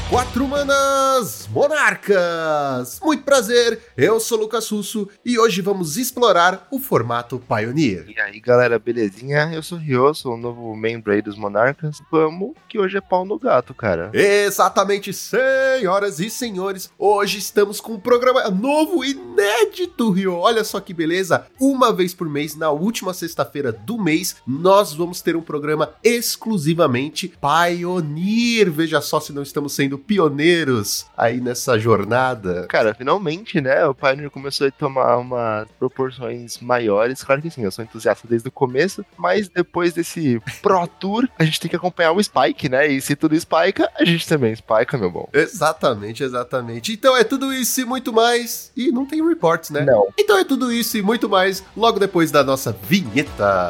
Quatro manas monarcas! Muito prazer, eu sou o Lucas Russo e hoje vamos explorar o formato Pioneer. E aí galera, belezinha? Eu sou o Ryo, sou o novo membro aí dos Monarcas. Vamos, que hoje é pau no gato, cara. Exatamente, senhoras e senhores, hoje estamos com um programa novo, inédito, Ryo. Olha só que beleza, uma vez por mês, na última sexta-feira do mês, nós vamos ter um programa exclusivamente Pioneer. Veja só se não estamos sendo pioneiros aí nessa jornada. Cara, finalmente, né, o Pioneer começou a tomar umas proporções maiores. Claro que sim, eu sou entusiasta desde o começo, mas depois desse Pro Tour, a gente tem que acompanhar o Spike, né, e se tudo spika, a gente também spika, meu bom. Exatamente. Então é tudo isso e muito mais, e não tem reports, né? Não. Então é tudo isso e muito mais, logo depois da nossa vinheta.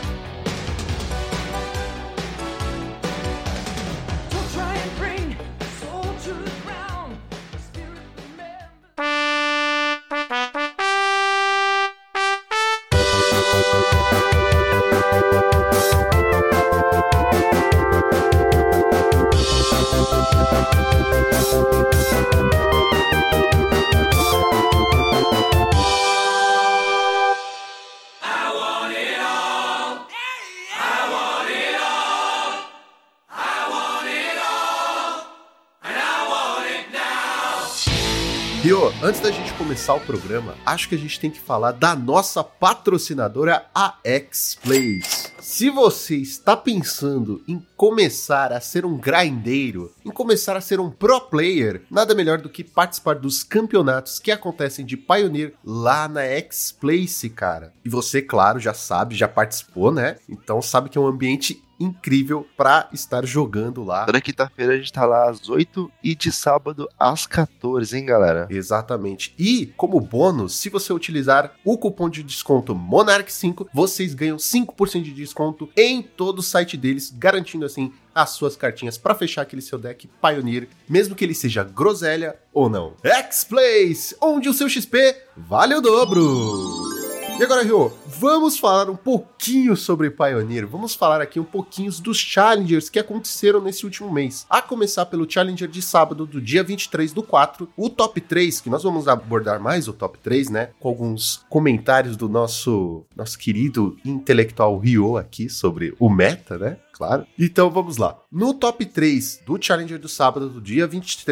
Ryo, antes da gente começar o programa, acho que a gente tem que falar da nossa patrocinadora, a X-Plays. Se você está pensando em começar a ser um grindeiro, em começar a ser um pro player, nada melhor do que participar dos campeonatos que acontecem de Pioneer lá na X-Plays, cara. E você, claro, já sabe, já participou, né? Então sabe que é um ambiente incrível pra estar jogando lá. Toda quinta-feira a gente tá lá às 8 e de sábado às 14, hein, galera? Exatamente. E, como bônus, se você utilizar o cupom de desconto Monarch5, vocês ganham 5% de desconto em todo o site deles, garantindo assim as suas cartinhas pra fechar aquele seu deck Pioneer, mesmo que ele seja groselha ou não. X-Plays, onde o seu XP vale o dobro! E agora, Ryo, vamos falar um pouquinho sobre Pioneer, vamos falar aqui um pouquinho dos Challengers que aconteceram nesse último mês. A começar pelo Challenger de sábado, do dia 23/4, o Top 3, que nós vamos abordar mais o Top 3, né, com alguns comentários do nosso querido intelectual Ryo aqui sobre o meta, né? Claro. Então vamos lá. No top 3 do Challenger do sábado, do dia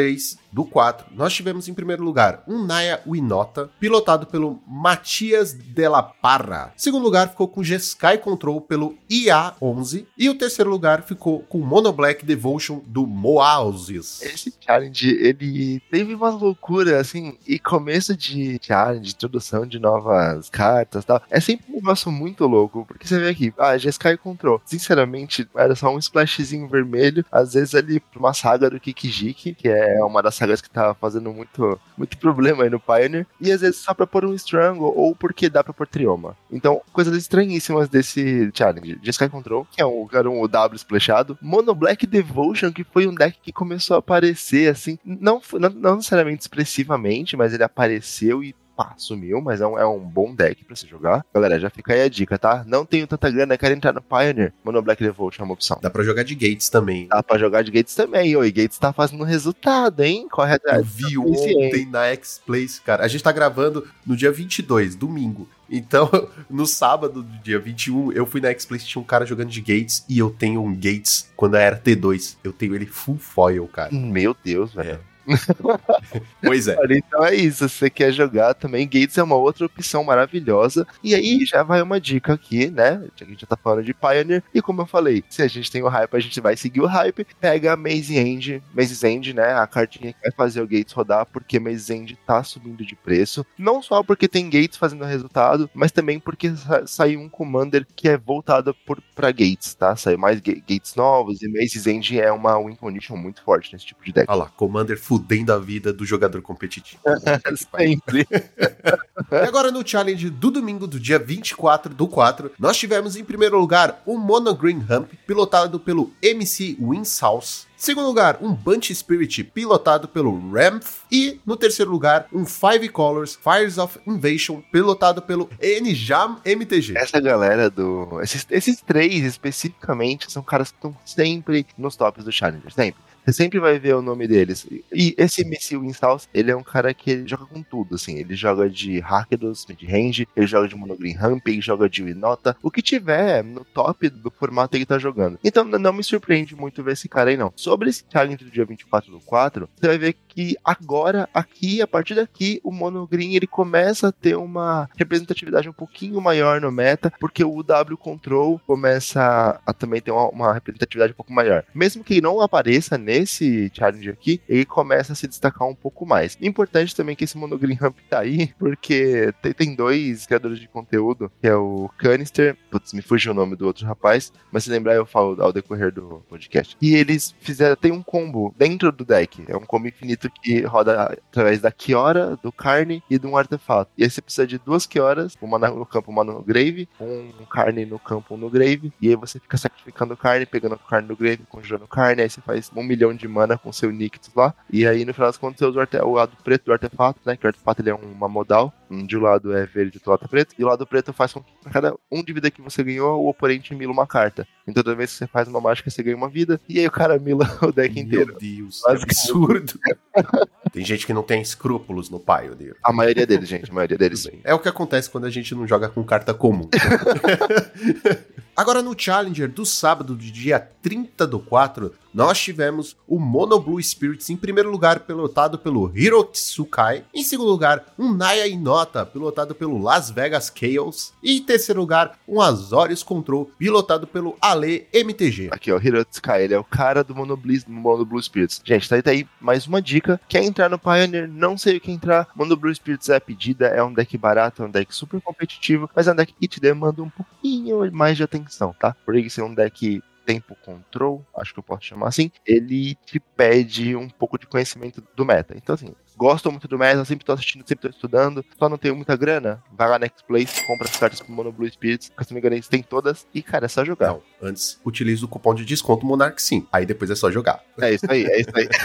23/4, nós tivemos em primeiro lugar um Naya Winota, pilotado pelo Matias Della Parra. Segundo lugar ficou com Jeskai Control pelo IA11. E o terceiro lugar ficou com Mono Black Devotion do Moauzes. Esse challenge, ele teve uma loucura, assim, e começo de challenge, introdução de novas cartas e tal, é sempre um negócio muito louco, porque você vê aqui, Jeskai Control, sinceramente, era só um splashzinho vermelho, às vezes ali pra uma saga do Kikijiki, que é uma das sagas que tá fazendo muito problema aí no Pioneer, e às vezes só pra pôr um Strangle, ou porque dá pra pôr Trioma. Então, coisas estranhíssimas desse challenge. Jeskai Control, que é um W splashado, Mono Black Devotion, que foi um deck que começou a aparecer, assim, não necessariamente expressivamente, mas ele apareceu e sumiu, mas é um bom deck pra você jogar. Galera, já fica aí a dica, tá? Não tenho tanta grana, quero entrar no Pioneer. Mono Black Devotion é uma opção. Dá pra jogar de Gates também. Dá pra jogar de Gates também, e Gates tá fazendo resultado, hein? Corre atrás. Eu vi ontem na X-Plays, cara. A gente tá gravando no dia 22, domingo. Então, no sábado do dia 21, eu fui na X-Plays, tinha um cara jogando de Gates, e eu tenho um Gates quando era T2. Eu tenho ele full foil, cara. Meu Deus, velho. Pois é. Então é isso, se você quer jogar também, Gates é uma outra opção maravilhosa. E aí já vai uma dica aqui, né? A gente já tá falando de Pioneer, e como eu falei, se a gente tem o hype, a gente vai seguir o hype. Pega a Maze End, né? A cartinha que vai fazer o Gates rodar, porque Maze End tá subindo de preço. Não só porque tem Gates fazendo resultado, mas também porque saiu um Commander que é voltado pra Gates, tá? Saiu mais Gates novos, e Maze End é uma win condition muito forte nesse tipo de deck. Olha lá, Commander fudendo a vida do jogador competitivo. Sempre. E agora no challenge do domingo, do dia 24/4, nós tivemos em primeiro lugar o Mono Green Hump, pilotado pelo MC Winshouse. Segundo lugar, um Banshee Spirit pilotado pelo Ramf. E no terceiro lugar, um Five Colors Fires of Invasion pilotado pelo Njam MTG. Essa galera esses três especificamente são caras que estão sempre nos tops do Challenger, sempre. Você sempre vai ver o nome deles. E esse Missil Instals, ele é um cara que ele joga com tudo, assim. Ele joga de Rakdos, de range, ele joga de Monogreen Ramp, ele joga de Winota. O que tiver no top do formato ele tá jogando. Então não me surpreende muito ver esse cara aí, não. Sobre esse Challenger do dia 24/4, você vai ver que agora, aqui, a partir daqui, o Monogreen, ele começa a ter uma representatividade um pouquinho maior no meta, porque o W Control começa a também ter uma representatividade um pouco maior. Mesmo que ele não apareça nesse challenge aqui, ele começa a se destacar um pouco mais. Importante também que esse Monogreen Ramp tá aí, porque tem dois criadores de conteúdo, que é o Canister, putz, me fugiu o nome do outro rapaz, mas se lembrar eu falo ao decorrer do podcast. E eles tem um combo dentro do deck, é um combo infinito que roda através da Kiora, do Carne e de um artefato. E aí você precisa de 2 Kioras, uma no campo, uma no Grave, um Carne no campo, um no Grave, e aí você fica sacrificando Carne, pegando Carne no Grave, conjurando Carne, aí você faz 1 milhão de mana com seu Nictus lá, e aí no final das contas você usa o lado preto do artefato, né, que o artefato ele é uma modal, de um lado é verde e do lado é preto, e o lado preto faz com que pra cada 1 de vida que você ganhou, o oponente mila uma carta. Então toda vez que você faz uma mágica, você ganha uma vida, e aí o cara mila o deck inteiro. Meu Deus, que absurdo. Tem gente que não tem escrúpulos no Pioneer. A maioria deles, gente, a maioria deles. É o que acontece quando a gente não joga com carta comum. Agora no Challenger do sábado, do dia 30/4, nós tivemos o Mono Blue Spirits em primeiro lugar, pilotado pelo Hiro Tsukai. Em segundo lugar, um Naya Inota, pilotado pelo Las Vegas Chaos. E em terceiro lugar, um Azorius Control, pilotado pelo Ale MTG. Aqui, ó, o Hiro Tsukai, ele é o cara do Mono Blue Spirits. Gente, tá aí mais uma dica. Quer entrar no Pioneer? Não sei o que entrar. Mono Blue Spirits é a pedida, é um deck barato, é um deck super competitivo, mas é um deck que te demanda um pouquinho mais de atenção, tá? Por isso é um deck tempo control, acho que eu posso chamar assim, ele te pede um pouco de conhecimento do meta. Então, assim, gosto muito do meta, sempre tô assistindo, sempre tô estudando, só não tenho muita grana, vai lá na X-Place, compra as cartas pro Mono Blue Spirits, porque se não me engano eles têm todas, e cara, é só jogar. Não, antes utiliza o cupom de desconto Monarch sim, aí depois é só jogar. É isso aí.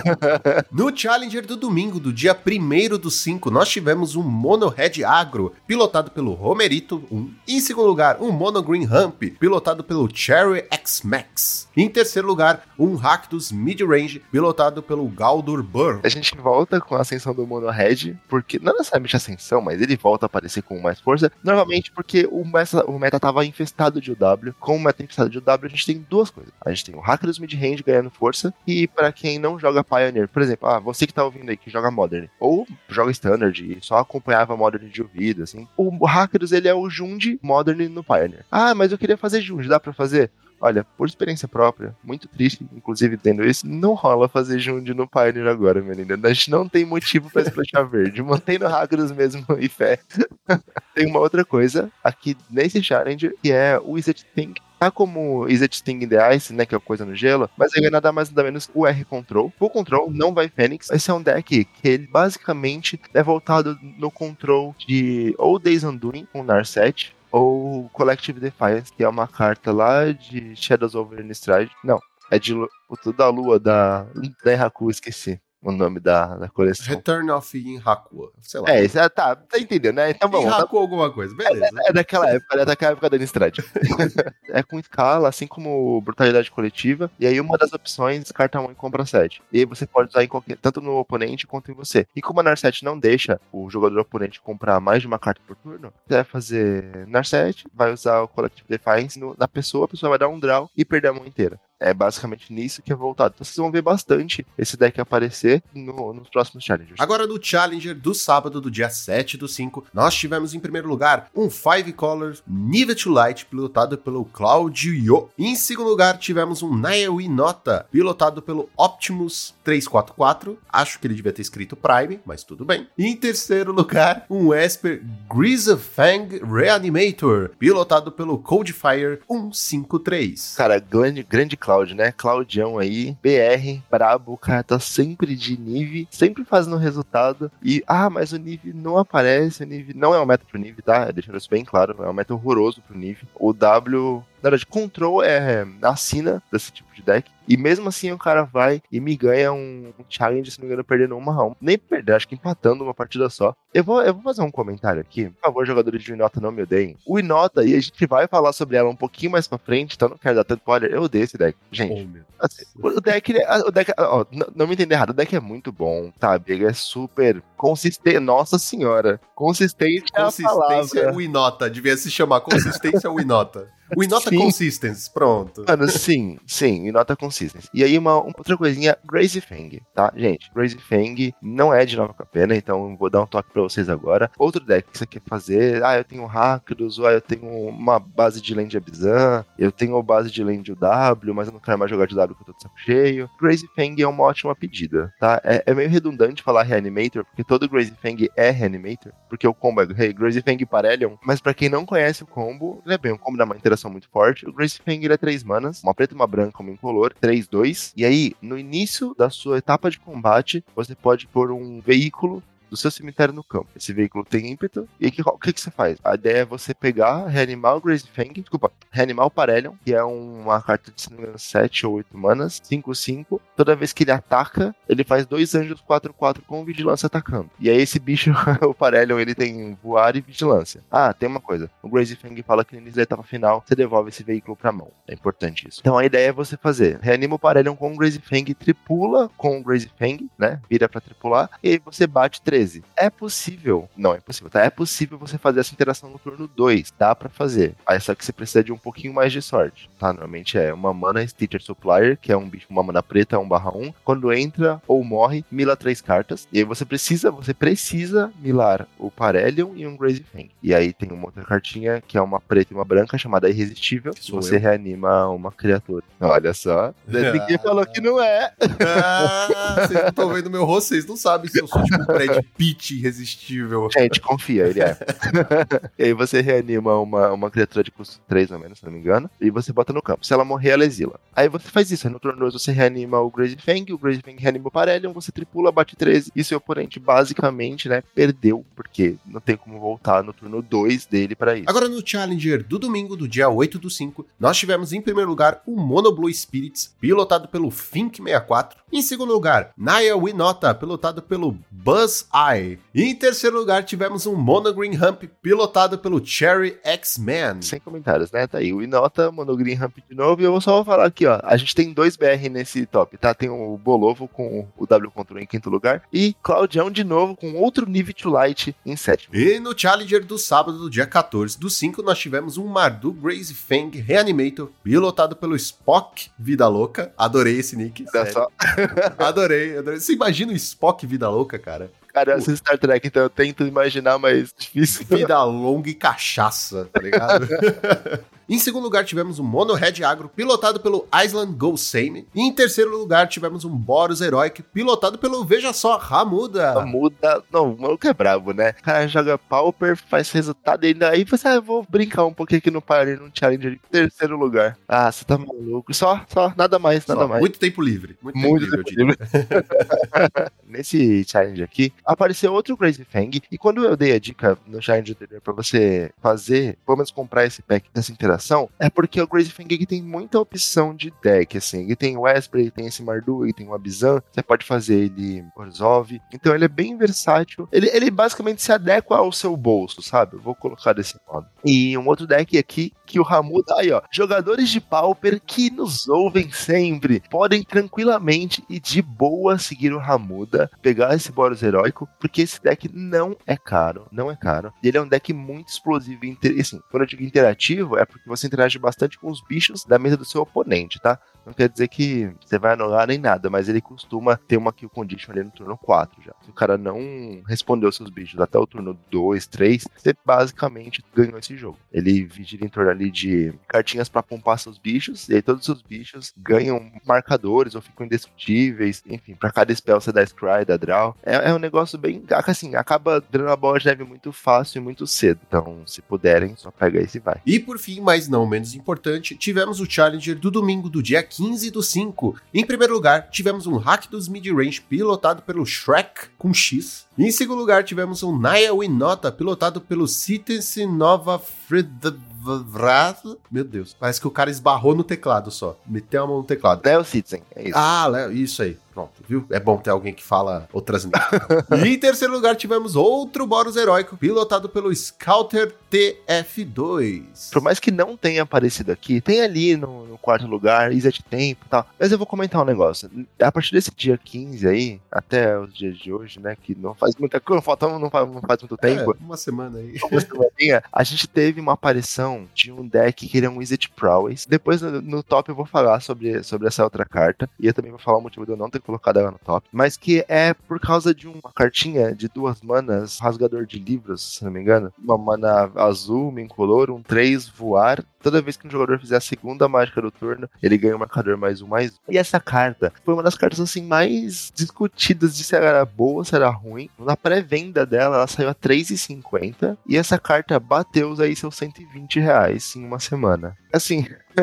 No Challenger do domingo, do dia 1/5, nós tivemos um Mono Red Agro, pilotado pelo Romerito 1. Em segundo lugar, um Mono Green Ramp, pilotado pelo Cherry X-Max. Em terceiro lugar, um Rakdos Mid-Range, pilotado pelo Galdur Burr. A gente volta com a ascensão do Mono Red, porque, não necessariamente a ascensão, mas ele volta a aparecer com mais força, normalmente porque o meta tava infestado de UW. Com o meta infestado de UW, a gente tem duas coisas. A gente tem o Rakdos Mid-Range ganhando força, e para quem não joga Pioneer, por exemplo, você que tá ouvindo aí, que joga Modern, ou joga Standard e só acompanhava Modern de ouvido, assim, o Rakdos, ele é o Jund Modern no Pioneer. Ah, mas eu queria fazer Jund, dá pra fazer? Olha, por experiência própria, muito triste, inclusive tendo isso, não rola fazer Jund no Pioneer agora, menina. A gente não tem motivo pra splashar verde. Mantém no Rakdos mesmo e fé. Tem uma outra coisa aqui nesse Challenger, que é o Izzet Sting. Tá como Izzet Sting in the Ice, né, que é coisa no gelo, mas ele é nada mais nada menos o R-Control. O Control não vai Fênix. Esse é um deck que ele basicamente é voltado no control de ou Days Undoing com Narset, ou Collective Defiance, que é uma carta lá de Shadows over Innistrad. Não, é da lua da Enraku, esqueci o nome da coleção. Return of Inhaku, sei lá. Isso, tá entendendo, né? Então vamos. Inhaku alguma coisa, beleza. É daquela época da Innistrad. É com escala, assim como brutalidade coletiva, e aí uma das opções, carta 1 e compra 7. E aí você pode usar tanto no oponente quanto em você. E como a Narset não deixa o jogador oponente comprar mais de uma carta por turno, você vai fazer Narset, vai usar o Collective Defiance na pessoa, a pessoa vai dar um draw e perder a mão inteira. É basicamente nisso que é voltado. Então vocês vão ver bastante esse deck aparecer nos próximos Challengers. Agora no Challenger do sábado, do dia 7/5, nós tivemos em primeiro lugar um Five Colors Nive to Light, pilotado pelo Claudio. Em segundo lugar, tivemos um Naewi Nota, pilotado pelo Optimus 344. Acho que ele devia ter escrito Prime, mas tudo bem. E em terceiro lugar, um Esper Grizzfang Reanimator, pilotado pelo Codefire 153. Cara, grande Cloud, né? Claudião aí, BR, brabo, o cara tá sempre de Nive, sempre fazendo resultado. E, mas o Nive não aparece, o Nive não é um meta pro Nive, tá? Deixando isso bem claro, é um meta horroroso pro Nive. O W Na verdade, Control é a sina desse tipo de deck. E mesmo assim o cara vai e me ganha um challenge, se não me engano, perdendo uma round. Nem perder, acho que empatando uma partida só. Eu vou fazer um comentário aqui. Por favor, jogadores de Winota, não me odeiem. O Winota, e a gente vai falar sobre ela um pouquinho mais pra frente, então não quero dar tanto spoiler. Eu odeio esse deck. Gente, assim, o deck, ó, não me entender errado, o deck é muito bom, sabe? Ele é super consistente. Nossa senhora. Consistente é a palavra. Consistência Winota. Devia se chamar Consistência Winota. Winota Consistence, pronto. Mano, sim, Winota Consistence. E aí uma outra coisinha, Crazy Fang, tá? Gente, Crazy Fang não é de nova capena, então vou dar um toque pra vocês agora. Outro deck que você quer fazer, eu tenho Rakdos, eu tenho uma base de lane de Abzan, eu tenho base de lane de W, mas eu não quero mais jogar de W porque eu tô de saco cheio. Crazy Fang é uma ótima pedida, tá? É meio redundante falar Reanimator, porque todo Crazy Fang é Reanimator, porque o combo é Crazy Fang Parelion, mas pra quem não conhece o combo, ele é bem um combo da uma interação muito forte. O Crazy Fang ele é 3 manas, uma preta e uma branca, uma incolor, 3/2. E aí, no início da sua etapa de combate, você pode pôr um veículo do seu cemitério no campo. Esse veículo tem ímpeto. E aí, o que você faz? A ideia é você pegar, reanimar o Crazy Fang, reanimar o Parelion, que é uma carta de, se não me engano, 7 ou 8 manas, 5/5. Toda vez que ele ataca, ele faz 2 anjos 4/4 com vigilância atacando. E aí esse bicho, o Parelion, ele tem voar e vigilância. Tem uma coisa. O Crazy Fang fala que no início da etapa final, você devolve esse veículo pra mão. É importante isso. Então a ideia é você fazer, reanima o Parelion com o Crazy Fang, tripula com o Crazy Fang, né? Vira pra tripular, e aí você bate 13. É possível, não é possível, tá? É possível você fazer essa interação no turno 2, dá pra fazer. Aí só que você precisa de um pouquinho mais de sorte, tá? Normalmente é uma mana Stitcher Supplier, que é um bicho, uma mana preta, 1/1. Quando entra ou morre, mila 3 cartas. E aí você precisa milar o Parelion e um Crazy Fang. E aí tem uma outra cartinha, que é uma preta e uma branca, chamada Irresistível, que você reanima uma criatura. Olha só, ninguém falou que não é. Vocês não estão vendo meu rosto, vocês não sabem se eu sou tipo um Brad Pitt irresistível. Gente, confia, ele é. E aí você reanima uma criatura de custo 3, ou menos, se não me engano, e você bota no campo. Se ela morrer, ela exila. Aí você faz isso, aí no turno 2 você reanima o Crazy Fang reanima o Parelion, você tripula, bate 13, e seu oponente basicamente, né, perdeu, porque não tem como voltar no turno 2 dele pra isso. Agora no Challenger do domingo, do dia 8/5, nós tivemos em primeiro lugar o Mono Blue Spirits, pilotado pelo Fink64. Em segundo lugar, Naya Winota, pilotado pelo Buzz Eye. E em terceiro lugar, tivemos um Mono Green Hump, pilotado pelo Cherry X-Man. Sem comentários, né? Tá aí o Winota, Mono Green Hump de novo, e eu só vou falar aqui, ó, a gente tem 2 BR nesse top, tá? Tem o Bolovo com o W Control em quinto lugar, e Claudião de novo com outro Nive to Light em sétimo. E no Challenger do sábado, do dia 14/5, nós tivemos um Mardu Crazy Fang Reanimator, pilotado pelo Spock Vida Louca. Adorei esse nick. Olha só. Adorei. Você imagina o Spock Vida Louca, cara? Cara, eu assisto Star Trek, então eu tento imaginar, mas difícil. Vida longa e cachaça, tá ligado? Em segundo lugar, tivemos um Mono Red Agro, pilotado pelo Island Gosame. E em terceiro lugar, tivemos um Boros Heroic, pilotado pelo, veja só, Ramuda. Ramuda, não, o maluco é brabo, né? O cara joga Pauper, faz resultado, e aí você, eu vou brincar um pouquinho aqui no Party, num Challenger em terceiro lugar. Você tá maluco. Só, nada mais. Muito tempo livre. Muito tempo livre. Nesse Challenge aqui, apareceu outro Crazy Fang, e quando eu dei a dica no Challenge anterior pra você fazer, pelo menos comprar esse pack dessa interação, é porque o Crazy Fang aqui tem muita opção de deck, assim. Ele tem o Esper, ele tem esse Mardu, ele tem o Abzan, você pode fazer ele Orzhov, então ele é bem versátil. Ele basicamente se adequa ao seu bolso, sabe? Eu vou colocar desse modo. E um outro deck aqui, que o Ramuda, aí ó, jogadores de Pauper que nos ouvem sempre, podem tranquilamente e de boa seguir o Ramuda, pegar esse Boros Heróico, porque esse deck não é caro. E ele é um deck muito explosivo e assim, quando eu digo interativo, é porque você interage bastante com os bichos da mesa do seu oponente, tá? Não quer dizer que você vai anular nem nada, mas ele costuma ter uma kill condition ali no turno 4 já. Se o cara não respondeu seus bichos até o turno 2, 3, você basicamente ganhou esse jogo. Ele gira em torno ali de cartinhas pra pompar seus bichos, e aí todos os seus bichos ganham marcadores ou ficam indestrutíveis. Enfim, pra cada spell você dá Scry, dá Draw. É um negócio bem, assim, acaba dando a bola de neve muito fácil e muito cedo. Então, se puderem, só pega esse e vai. E por fim, mas não menos importante, tivemos o Challenger do domingo do dia 15/5. Em primeiro lugar, tivemos um Rakdos Midrange pilotado pelo Shrek com X. E em segundo lugar, tivemos um Naya Winota pilotado pelo Citizen Nova Fred Meu Deus, parece que o cara esbarrou no teclado só. Meteu a mão no teclado. Léo Citizen, é isso. Ah, Léo, isso aí. Pronto, viu? É bom ter alguém que fala outras línguas. E em terceiro lugar tivemos outro Boros heróico, pilotado pelo Scouter TF2. Por mais que não tenha aparecido aqui, tem ali no quarto lugar, Iset Tempo e tal. Mas eu vou comentar um negócio. A partir desse dia 15 aí, até os dias de hoje, né, que não faz muita coisa, não faz muito tempo. Uma semana aí. Uma semaninha, a gente teve uma aparição de um deck que ele é um Izzet Prowess. Depois no top eu vou falar sobre essa outra carta. E eu também vou falar o motivo de eu não ter colocado ela no top. Mas que é por causa de uma cartinha de 2 manas, rasgador de livros, se não me engano. Uma mana azul, uma incolor, um 3, voar. Toda vez que um jogador fizer a segunda mágica do turno, ele ganha um marcador +1/+1. E essa carta foi uma das cartas assim mais discutidas de se ela era boa, se era ruim. Na pré-venda dela, ela saiu a R$3,50. E essa carta bateu aí seus R$120 em uma semana. Assim,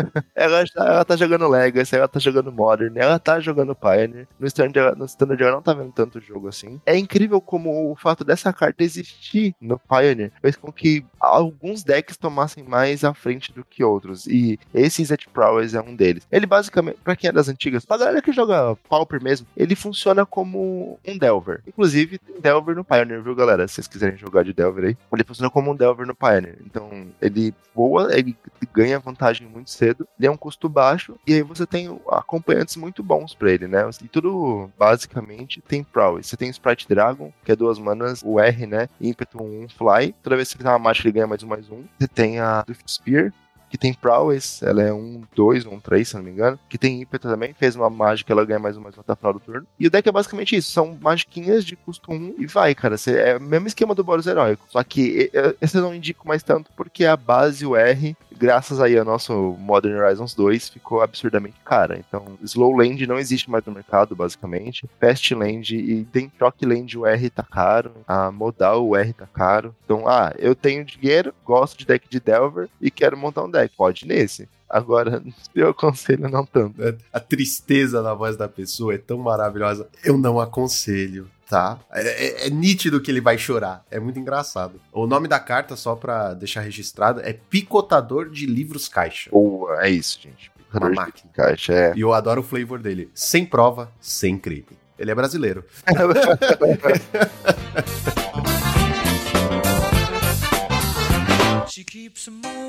ela tá jogando Legacy, ela tá jogando Modern, ela tá jogando Pioneer. No Standard ela não tá vendo tanto jogo assim. É incrível como o fato dessa carta existir no Pioneer fez com que alguns decks tomassem mais à frente do que outros. E esse Izzet Prowess é um deles. Ele basicamente, pra quem é das antigas, pra galera que joga Pauper mesmo, ele funciona como um Delver. Inclusive, tem Delver no Pioneer, viu, galera? Se vocês quiserem jogar de Delver aí. Ele funciona como um Delver no Pioneer. Então, ele voa, ele ganha vantagem muito cedo, ele é um custo baixo, e aí você tem acompanhantes muito bons pra ele, né? E tudo, basicamente, tem Prowess. Você tem Sprite Dragon, que é 2 manas, o R, né? Ímpeto 1, Fly. Toda vez que você fizer uma mágica, ele ganha +1/+1. Você tem a Swift Spear, que tem Prowess, ela é 1/2 ou 1/3, se não me engano, que tem ímpeto também, fez uma mágica, ela ganha +1/+1 até o final do turno. E o deck é basicamente isso, são magiquinhas de custo 1 e vai, cara, é o mesmo esquema do Boros heróico, só que esse eu não indico mais tanto porque a base, o R, graças aí ao nosso Modern Horizons 2, ficou absurdamente cara. Então, Slow Land não existe mais no mercado, basicamente. Fast Land e tem Shock Land, o R tá caro. A Modal, o R tá caro. Então, eu tenho dinheiro, gosto de deck de Delver e quero montar um deck. Pode ir nesse. Agora, eu aconselho não tanto. A tristeza na voz da pessoa é tão maravilhosa. Eu não aconselho, tá? É nítido que ele vai chorar. É muito engraçado. O nome da carta, só pra deixar registrado, é Picotador de Livros Caixa. Boa, é isso, gente. Uma máquina. Caixa, é. E eu adoro o flavor dele. Sem prova, sem crime. Ele é brasileiro. She keeps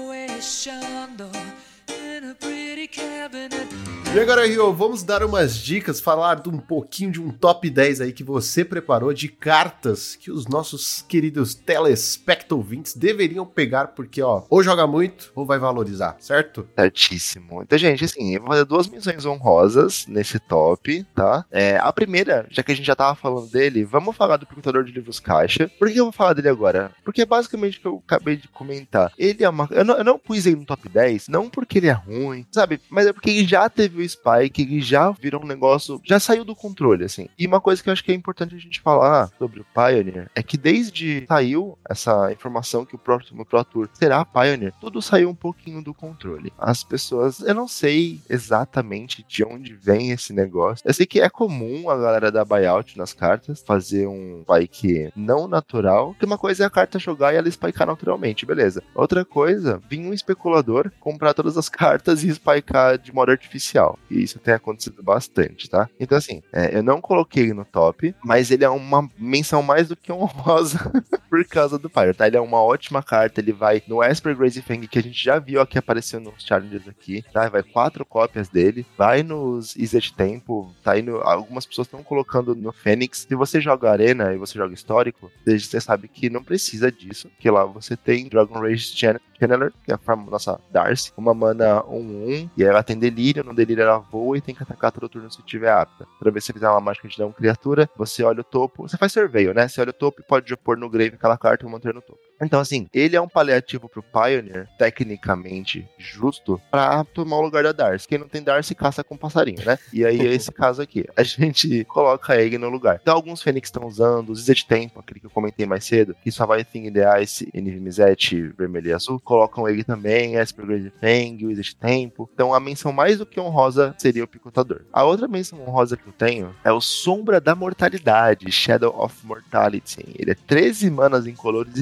E agora, Rio, vamos dar umas dicas, falar de um pouquinho de um top 10 aí que você preparou de cartas que os nossos queridos telespecto-ouvintes deveriam pegar, porque, ou joga muito ou vai valorizar, certo? Certíssimo. Então, gente, assim, eu vou fazer 2 menções honrosas nesse top, tá? A primeira, já que a gente já tava falando dele, vamos falar do Picotador de Livros Caixa. Por que eu vou falar dele agora? Porque é basicamente o que eu acabei de comentar. Ele é uma... Eu não pus ele no top 10, não porque ele é ruim, sabe? Mas é porque ele já teve o Spike, ele já virou um negócio, já saiu do controle, assim. E uma coisa que eu acho que é importante a gente falar sobre o Pioneer é que desde saiu essa informação que o próximo Pro Tour será Pioneer, tudo saiu um pouquinho do controle. As pessoas, eu não sei exatamente de onde vem esse negócio. Eu sei que é comum a galera dar buyout nas cartas, fazer um spike não natural, que uma coisa é a carta jogar e ela spikear naturalmente, beleza. Outra coisa, vir um especulador, comprar todas as cartas e spikear de modo artificial. E isso tem acontecido bastante, tá? Então, assim, eu não coloquei ele no top, mas ele é uma menção mais do que honrosa por causa do Pyre, tá? Ele é uma ótima carta, ele vai no Esper Gracie Fang, que a gente já viu aqui aparecendo nos challenges aqui, tá? Vai 4 cópias dele, vai nos Izzet Tempo, tá indo, algumas pessoas estão colocando no Fênix. Se você joga Arena e você joga Histórico, você sabe que não precisa disso, que lá você tem Dragon Rage Channeler, que é a nossa Darcy, uma mana 1/1, e ela tem delírio, no delírio ela voa e tem que atacar todo turno se tiver apta. Toda vez que você fizer uma mágica de dar uma criatura, você olha o topo, você faz surveio, né? Você olha o topo e pode pôr no grave aquela carta e manter no topo. Então, assim, ele é um paliativo pro Pioneer, tecnicamente justo, pra tomar o lugar da Darcy. Quem não tem Darcy, caça com passarinho, né? E aí é esse caso aqui. A gente coloca ele no lugar. Então, alguns Fênix estão usando, os Izzet Tempo, aquele que eu comentei mais cedo, que só vai Thing in the Ice, NVMizete, vermelho e azul, colocam ele também, Esper Gracie Fang, o Izzet Tempo. Então, a menção mais do que honrosa seria o Picotador. A outra menção honrosa que eu tenho é o Sombra da Mortalidade, Shadow of Mortality. Ele é 13 manas incolores e 2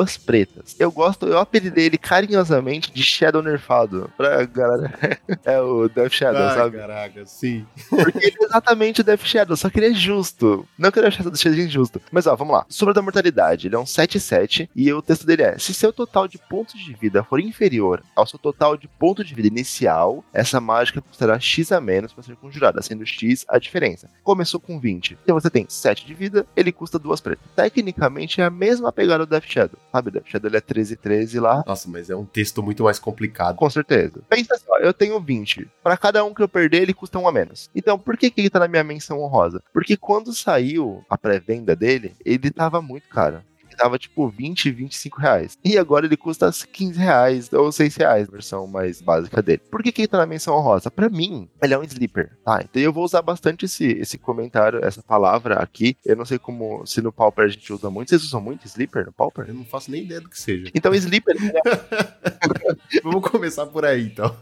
2 pretas. Eu apelidei ele carinhosamente de Shadow nerfado. Pra galera. É o Death Shadow, sabe? Caraca, sim. Porque ele é exatamente o Death Shadow, só que ele é justo. Não que o Death Shadow seja injusto. Mas ó, vamos lá. Sombra da Mortalidade, ele é um 7/7 e o texto dele é: se seu total de pontos de vida for inferior ao seu total de pontos de vida inicial, essa mágica custará X a menos para ser conjurada, sendo X a diferença. Começou com 20. Se você tem 7 de vida, ele custa 2 pretas. Tecnicamente é a mesma pegada do Death Shadow. Sabe, o Death Shadow ele é 13/13 lá. Nossa, mas é um texto muito mais complicado. Com certeza. Pensa só, eu tenho 20. Pra cada um que eu perder, ele custa 1 a menos. Então, por que ele tá na minha menção honrosa? Porque quando saiu a pré-venda dele, ele tava muito caro. Ele tava tipo 20, 25 reais. E agora ele custa 15 reais ou 6 reais, a versão mais básica dele. Por que ele tá na menção honrosa? Pra mim, ele é um sleeper, tá? Então eu vou usar bastante esse comentário, essa palavra aqui. Eu não sei como, se no Pauper a gente usa muito. Vocês usam muito sleeper no Pauper? Eu não faço nem ideia do que seja. Então sleeper... Vamos começar por aí, então.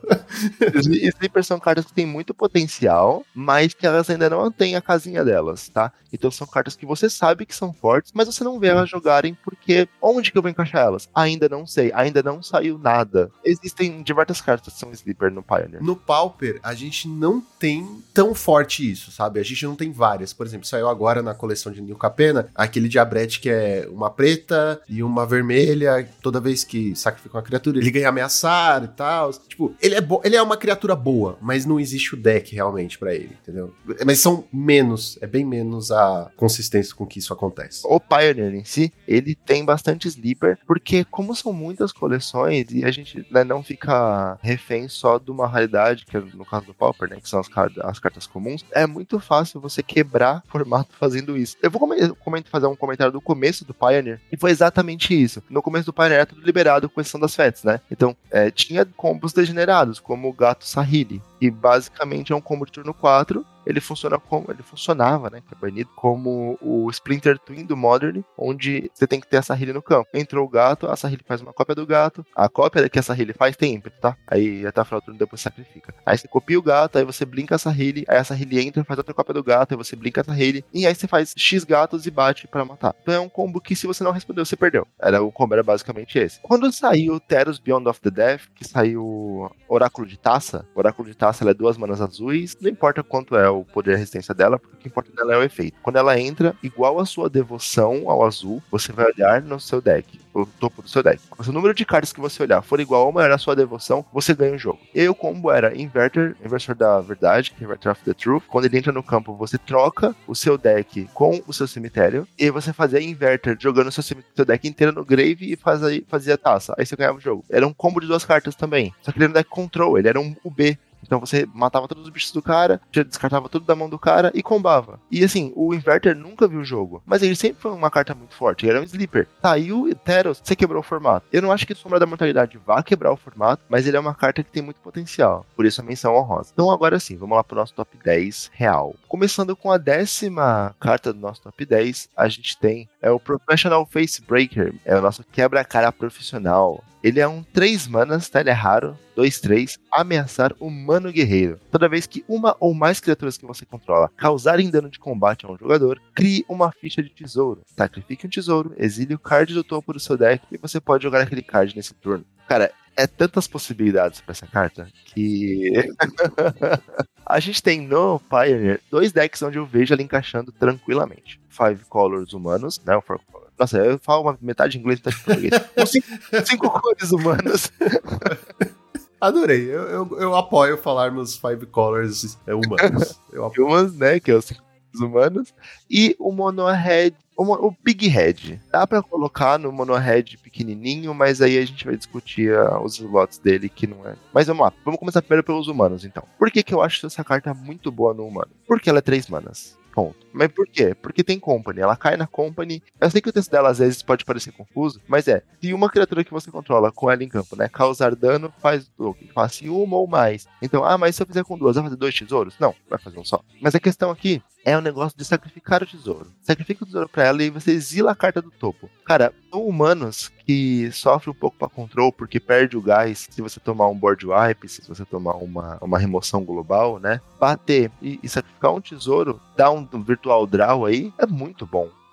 Sleepers são cartas que têm muito potencial, mas que elas ainda não têm a casinha delas, tá? Então são cartas que você sabe que são fortes, mas você não vê elas jogarem porque onde que eu vou encaixar elas? Ainda não sei, ainda não saiu nada. Existem diversas cartas que são Sleeper no Pioneer. No Pauper, a gente não tem tão forte isso, sabe? A gente não tem várias. Por exemplo, saiu agora na coleção de New Capena, aquele Diabrete que é uma preta e uma vermelha. Toda vez que sacrifica uma criatura, ele ganha ameaçar e tal. Tipo, ele é uma criatura boa, mas não existe o deck realmente pra ele, entendeu? Mas são menos, é bem menos a consistência com que isso acontece. O Pioneer em si, ele tem bastante Sleeper, porque como são muitas coleções e a gente, né, não fica refém só de uma raridade, que é no caso do Pauper, né, que são as cartas comuns, é muito fácil você quebrar formato fazendo isso. Eu vou fazer um comentário do começo do Pioneer, e foi exatamente isso. No começo do Pioneer era tudo liberado com exceção das FETs, né? Então, tinha combos degenerados, como o Gato Sahili, e basicamente é um combo de turno 4. Ele funcionava, né, que é banido, como o Splinter Twin do Modern, onde você tem que ter a Sahili no campo. Entrou o gato, a Sahili faz uma cópia do gato, a cópia que a Sahili faz tem ímpeto, tá? Aí até o final do turno depois sacrifica. Aí você copia o gato, aí você blinka a Sahili, aí a Sahili entra, faz outra cópia do gato, aí você blinka a Sahili, e aí você faz X gatos e bate pra matar. Então é um combo que se você não respondeu, você perdeu. O combo era basicamente esse. Quando saiu Teros Beyond of the Death, que saiu Oráculo de Taça, ela é 2 manas azuis, não importa quanto é o poder e a resistência dela, porque o que importa dela é o efeito. Quando ela entra, igual a sua devoção ao azul, você vai olhar no seu deck, o topo do seu deck. Se o número de cartas que você olhar for igual ou maior à sua devoção, você ganha o jogo. E aí o combo era Inversor da Verdade, Inverter of the Truth. Quando ele entra no campo, você troca o seu deck com o seu cemitério, e aí você fazia Inverter jogando o seu deck inteiro no grave e fazia taça. Aí você ganhava o jogo. Era um combo de 2 cartas também. Só que ele era um deck control, ele era um UB. Então você matava todos os bichos do cara, já descartava tudo da mão do cara e combava. E assim, o Inverter nunca viu o jogo, mas ele sempre foi uma carta muito forte, ele era um sleeper. Saiu Teros, você quebrou o formato. Eu não acho que Sombra da Mortalidade vá quebrar o formato, mas ele é uma carta que tem muito potencial, por isso a menção honrosa. Então agora sim, vamos lá pro nosso top 10 real. Começando com a 10ª carta do nosso top 10, a gente tem o Professional Facebreaker, é o nosso quebra-cara profissional. Ele é um 3 manas, tá? Ele é raro, 2/3, ameaçar humano guerreiro. Toda vez que uma ou mais criaturas que você controla causarem dano de combate a um jogador, crie uma ficha de tesouro. Sacrifique um tesouro, exile o card do topo do seu deck e você pode jogar aquele card nesse turno. Cara, é tantas possibilidades pra essa carta que... A gente tem no Pioneer 2 decks onde eu vejo ela encaixando tranquilamente. 5 Colors humanos, né? Nossa, eu falo metade em inglês e metade em português. 5 cores humanas. Adorei. Eu apoio falarmos 5 colors humanos. Humanos, né? Que é os 5 humanos. E o Mono-Red, o Big Red. Dá pra colocar no Mono-Red pequenininho, mas aí a gente vai discutir os slots dele, que não é. Mas vamos lá. Vamos começar primeiro pelos humanos, então. Por que eu acho essa carta muito boa no humano? Porque ela é 3 manas. Ponto. Mas por quê? Porque tem Company. Ela cai na Company. Eu sei que o texto dela às vezes pode parecer confuso, mas se uma criatura que você controla com ela em campo, né, causar dano, faz uma ou mais. Então, mas se eu fizer com 2, vai fazer 2 tesouros? Não, vai fazer um só. Mas a questão aqui é o negócio de sacrificar o tesouro. Sacrifica o tesouro pra ela e você exila a carta do topo. Cara, são humanos que sofrem um pouco pra control, porque perde o gás se você tomar um board wipe, se você tomar uma remoção global, né? Bater e sacrificar um tesouro, dar um virtual draw aí, é muito bom.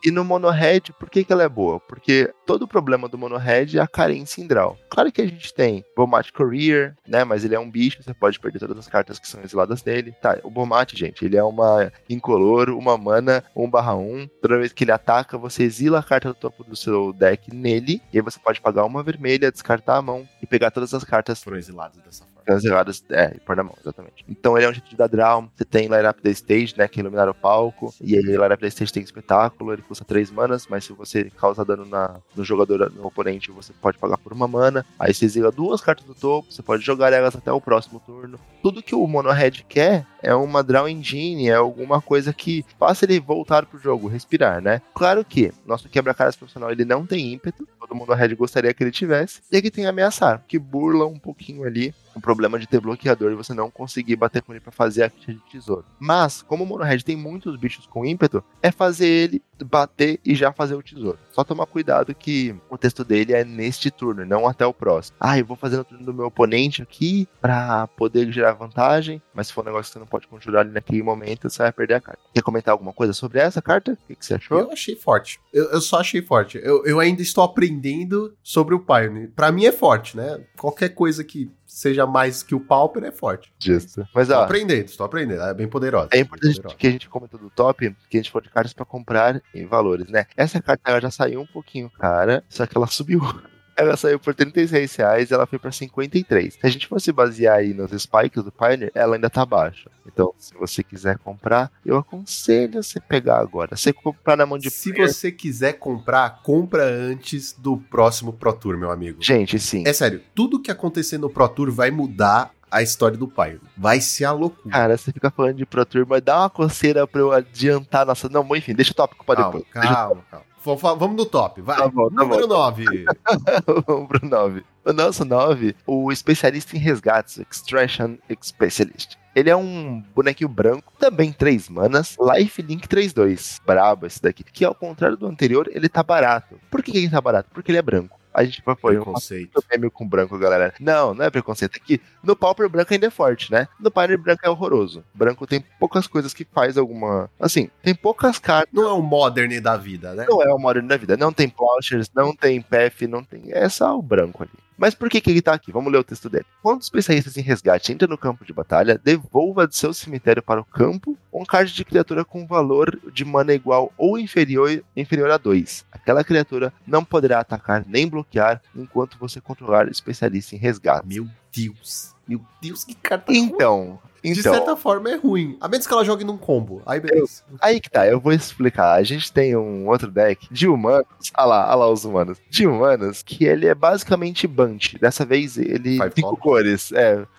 E no Mono Red, por que ela é boa? Porque todo o problema do Mono Red é a carência em draw. Claro que a gente tem Bomat Courier, né? Mas ele é um bicho, você pode perder todas as cartas que são exiladas dele. Tá, o Bomat, gente, ele é uma incolor, uma mana, 1/1. Toda vez que ele ataca, você exila a carta do topo do seu deck nele, e aí você pode pagar uma vermelha, descartar a mão e pegar todas as cartas Foram exiladas dessa forma. Exiliadas, e pôr na mão, exatamente. Então ele é um jeito de dar draw. Você tem Light Up the Stage, né, que é iluminar o palco, e aí Light Up the Stage tem espetáculo, ele custa 3 manas, mas se você causa dano no jogador, no oponente, você pode pagar por 1 mana. Aí você exila 2 cartas do topo, você pode jogar elas até o próximo turno. Tudo que o Mono Red quer é uma draw engine, é alguma coisa que faça ele voltar pro jogo, respirar, né? Claro que nosso quebra-caras profissional, ele não tem ímpeto, todo mundo Red gostaria que ele tivesse, e aqui tem ameaçar, que burla um pouquinho ali o problema de ter bloqueador e você não conseguir bater com ele pra fazer a ficha de tesouro. Mas, como o Mono Red tem muitos bichos com ímpeto, é fazer ele bater e já fazer o tesouro. Só tomar cuidado que o texto dele é neste turno, não até o próximo. Eu vou fazer no turno do meu oponente aqui pra poder gerar vantagem, mas se for um negócio que você não pode conjurar ali naquele momento, você vai perder a carta. Quer comentar alguma coisa sobre essa carta? O que você achou? Eu achei forte. Eu só achei forte. Eu ainda estou aprendendo sobre o Pioneer. Pra mim é forte, né? Qualquer coisa que seja mais que o Pauper é forte. Justo. Mas, estou aprendendo. É bem poderosa. É importante que a gente comentou do top, que a gente falou de cartas pra comprar em valores, né? Essa carta ela já saiu um pouquinho cara, só que ela subiu. Ela saiu por R$36, ela foi pra 53. Se a gente fosse basear aí nos spikes do Pioneer, ela ainda tá baixa. Então, se você quiser comprar, eu aconselho você pegar agora. Você comprar na mão de Se você quiser comprar, compra antes do próximo Pro Tour, meu amigo. Gente, sim. É sério, tudo que acontecer no Pro Tour vai mudar a história do Pioneer. Vai ser a loucura. Cara, você fica falando de Pro Tour, mas dá uma coceira pra eu adiantar nossa... Não, enfim, deixa o tópico pra depois. Calma. Vamos no top, vai. Tá bom. Número 9. Vamos pro 9. O nosso 9, o especialista em resgates, Extraction Specialist. Ele é um bonequinho branco, também 3 manas, Lifelink 3/2. Brabo esse daqui. Que ao contrário do anterior, ele tá barato. Por que ele tá barato? Porque ele é branco. A gente vai pôr preconceito. Prêmio com branco, galera. Não é preconceito. Aqui, no Pauper branco ainda é forte, né? No Pioneer branco é horroroso. Branco tem poucas coisas que faz alguma... Assim, tem poucas cartas. Não é um Modern da vida, né? Não é o Modern da vida. Não tem Plowshares, não tem Path, não tem... É só o branco ali. Mas por que ele tá aqui? Vamos ler o texto dele. Quando os especialistas em resgate entram no campo de batalha, devolva de seu cemitério para o campo um card de criatura com valor de mana igual ou inferior a 2. Aquela criatura não poderá atacar nem bloquear enquanto você controlar o especialista em resgate. Meu Deus, que carta Então, de certa forma é ruim. A menos que ela jogue num combo. Aí beleza. Aí que tá, eu vou explicar. A gente tem um outro deck de humanos. Olha lá os humanos. De humanos, que ele é basicamente Bunch. Dessa vez ele... 5 cores.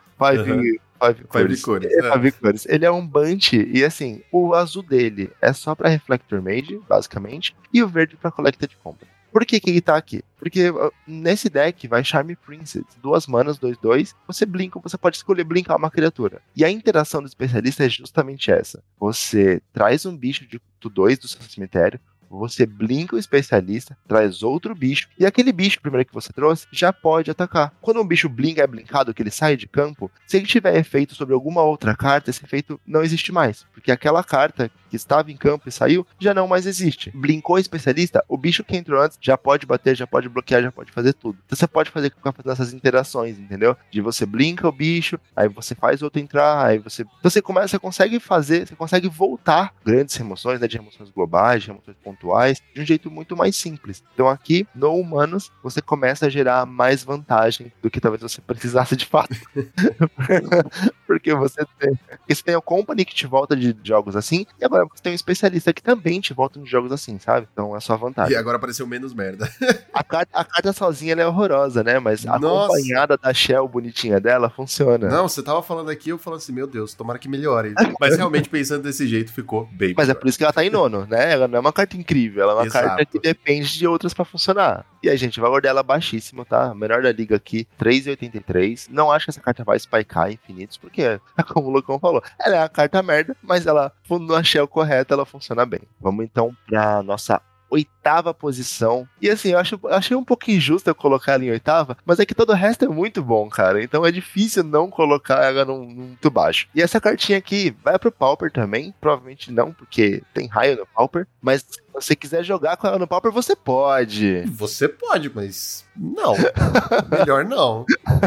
Five cores. Ele é um Bunch e assim, o azul dele é só pra Reflector Mage, basicamente, e o verde pra Collected Company. Por que ele tá aqui? Porque nesse deck vai Charm Princess, 2 manas, 2/2, você blinka, você pode escolher blinkar uma criatura. E a interação do especialista é justamente essa. Você traz um bicho de 2 do seu cemitério, você blinka o especialista, traz outro bicho, e aquele bicho primeiro que você trouxe já pode atacar. Quando um bicho blinka, é blinkado, que ele sai de campo, se ele tiver efeito sobre alguma outra carta, esse efeito não existe mais, porque aquela carta que estava em campo e saiu, já não mais existe. Blinkou o especialista, o bicho que entrou antes já pode bater, já pode bloquear, já pode fazer tudo. Então você pode ficar fazendo essas interações, entendeu? De você blinka o bicho, aí você faz outro entrar, aí você consegue fazer, você consegue voltar grandes remoções, né, de remoções globais, de remoções pontuais, de um jeito muito mais simples. Então aqui, no Humanos, você começa a gerar mais vantagem do que talvez você precisasse de fato. Porque você tem o Company que te volta de jogos assim, e agora você tem um especialista que também te volta de jogos assim, sabe? Então é só vantagem. E agora apareceu menos merda. A carta sozinha ela é horrorosa, né? Mas acompanhada da shell bonitinha dela, funciona. Não, você tava falando aqui, eu falando assim, meu Deus, tomara que melhore. Mas realmente pensando desse jeito, ficou bem Mas melhor. É por isso que ela tá em nono, né? Ela não é uma carta incrível, ela é uma carta que depende de outras pra funcionar. E a gente vai guardar ela baixíssimo, tá? Melhor da liga aqui, 3,83. Não acho que essa carta vai spikear infinitos, porque, como o Lucão falou, ela é uma carta merda, mas ela, na shell correta, ela funciona bem. Vamos então pra nossa 8ª posição. E assim, achei um pouco injusto eu colocar ela em 8ª, mas é que todo o resto é muito bom, cara. Então é difícil não colocar ela num muito baixo. E essa cartinha aqui vai pro Pauper também. Provavelmente não, porque tem raio no Pauper. Mas se você quiser jogar com ela no Pauper, você pode. Você pode, mas não. Melhor não.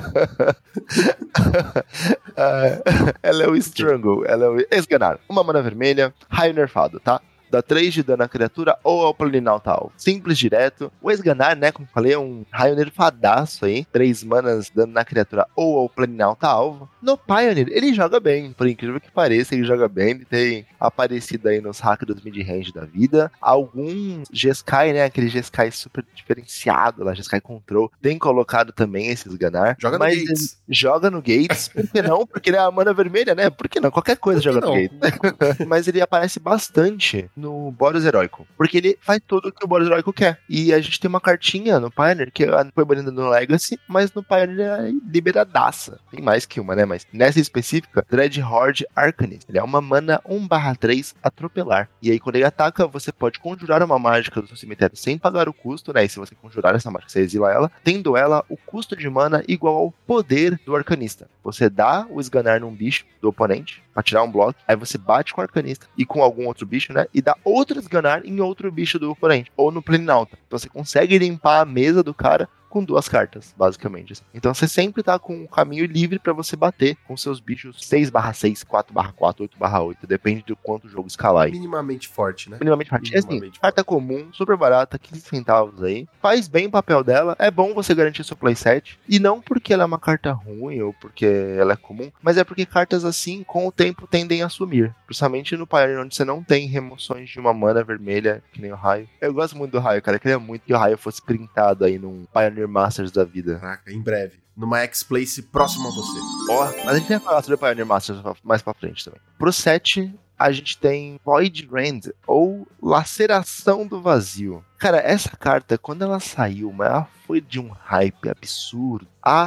Ela é o Strangle. Ela é o Esganar. Uma mana vermelha, raio nerfado, tá? Dá 3 de dano à criatura ou ao Planinauta alvo. Simples, direto. O Esganar, né, como falei, é um raio nerfadaço aí. 3 manas dano na criatura ou ao Planinauta alvo. No Pioneer, ele joga bem. Por incrível que pareça, ele joga bem. Ele tem aparecido aí nos hacks dos mid-range da vida. Alguns Jeskai, né, aquele Jeskai super diferenciado lá, Jeskai Control, tem colocado também esse Esganar. Joga no Gates. Joga no Gates. Por que não? Porque ele é a mana vermelha, né? Por que não? Qualquer coisa joga no Gates. Mas ele aparece bastante no Boros Heróico, porque ele faz tudo o que o Boros Heróico quer. E a gente tem uma cartinha no Pioneer, que foi banida no Legacy, mas no Pioneer é liberadaça. Tem mais que uma, né? Mas nessa específica, Dreadhorde Arcanist. Ele é uma mana 1/3 atropelar. E aí, quando ele ataca, você pode conjurar uma mágica do seu cemitério sem pagar o custo, né? E se você conjurar essa mágica, você exila ela, tendo ela o custo de mana igual ao poder do Arcanista. Você dá o esganar num bicho do oponente, pra tirar um bloco, aí você bate com o Arcanista e com algum outro bicho, né? E dá outro esganar em outro bicho do oponente, ou no Planinauta. Então você consegue limpar a mesa do cara com 2 cartas, basicamente. Então você sempre tá com um caminho livre pra você bater com seus bichos 6/6, 4/4, 8/8, depende do quanto o jogo escalar aí. Minimamente forte, né? Minimamente forte. Assim, carta comum, super barata, 15 centavos aí. Faz bem o papel dela, é bom você garantir seu playset, e não porque ela é uma carta ruim ou porque ela é comum, mas é porque cartas assim, com o tempo, tendem a sumir. Principalmente no Pioneer, onde você não tem remoções de uma mana vermelha, que nem o raio. Eu gosto muito do raio, cara. Eu queria muito que o raio fosse printado aí num Pioneer Masters da vida. Caraca, em breve. Numa X-Place próximo a você. Ó, mas a gente vai falar sobre o Pioneer Masters mais pra frente também. Pro set, a gente tem Void Rend, ou Laceração do Vazio. Cara, essa carta, quando ela saiu, ela foi de um hype absurdo.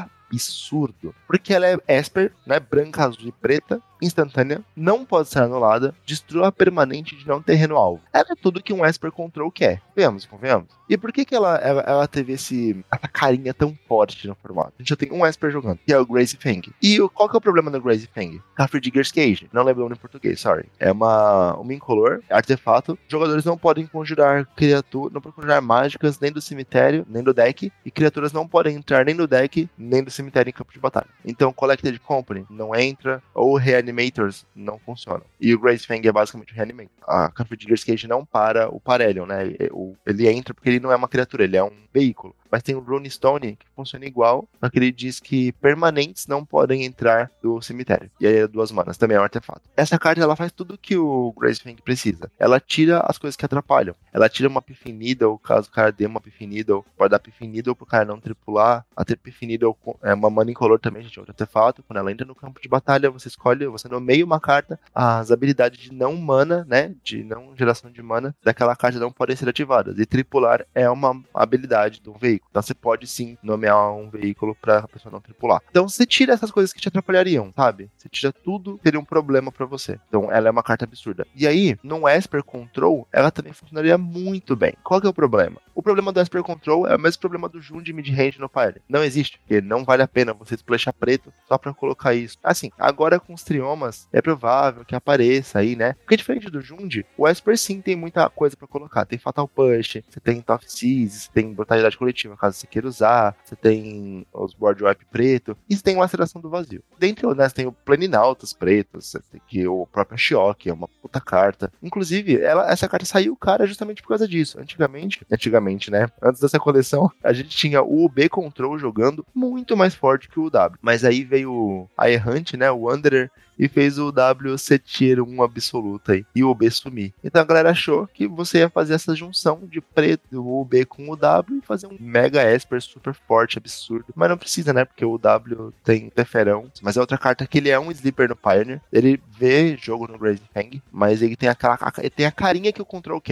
Absurdo. Porque ela é Esper, né? Branca, azul e preta. Instantânea, não pode ser anulada, destrua permanente de não terreno alvo. Ela é tudo que um Esper Control quer. Convenhamos. E por que ela teve essa carinha tão forte no formato? A gente já tem um Esper jogando, que é o Grace Fang. E qual que é o problema do Grace Fang? Digger's Cage. Não lembro o nome em português, sorry. É uma incolor, artefato. Jogadores não podem conjurar criaturas, não podem conjurar mágicas nem do cemitério, nem do deck. E criaturas não podem entrar nem no deck, nem do cemitério em campo de batalha. Então, Collected Company não entra, ou Reanimators não funcionam. E o Grace Fang é basicamente o Reanimator. A Digger's Cage não para o Parelion, né? Ele entra porque ele não é uma criatura, ele é um veículo. Mas tem o Rune Stone, que funciona igual, só que ele diz que permanentes não podem entrar do cemitério. E aí é 2 manas, também é um artefato. Essa carta, ela faz tudo que o Grace Fang precisa. Ela tira as coisas que atrapalham. Ela tira uma Piffin Needle, caso o cara dê uma Piffin Needle, pode dar Piffin Needle pro cara não tripular. A Piffin Needle é uma mana incolor também, gente, é outro artefato. Quando ela entra no campo de batalha, você nomeia uma carta, as habilidades de não mana, né, de não geração de mana, daquela carta não podem ser ativadas. E tripular é uma habilidade do veículo. Então você pode sim nomear um veículo pra pessoa não tripular. Então você tira essas coisas que te atrapalhariam, sabe? Você tira tudo, teria um problema pra você. Então ela é uma carta absurda. E aí, no Esper Control, ela também funcionaria muito bem. Qual que é o problema? O problema do Esper Control é o mesmo problema do Jund mid-range no Pioneer. Não existe, porque não vale a pena você splashar preto só pra colocar isso. Assim, agora com os triomas, é provável que apareça aí, né? Porque diferente do Jund, o Esper sim tem muita coisa pra colocar. Tem Fatal Push, você tem Tough Seas, você tem Brutalidade Coletiva, caso você queira usar, você tem os Board Wipe preto, e você tem Laceração do Vazio. Dentre eles, você tem o Planinautas pretos, você tem que o próprio Shioki, é uma puta carta. Inclusive, essa carta saiu cara justamente por causa disso. Antigamente, né? Antes dessa coleção, a gente tinha o UB Control jogando muito mais forte que o W. Mas aí veio a Errante, né? O Wanderer, e fez o W ser tier 1 absoluto aí, e o UB sumir. Então a galera achou que você ia fazer essa junção de preto, o UB com o W, e fazer um mega Esper super forte, absurdo. Mas não precisa, né? Porque o W tem Teferão, mas é outra carta que ele é um sleeper no Pioneer, ele vê jogo no Grace Fang, mas ele tem a carinha que o Control quer.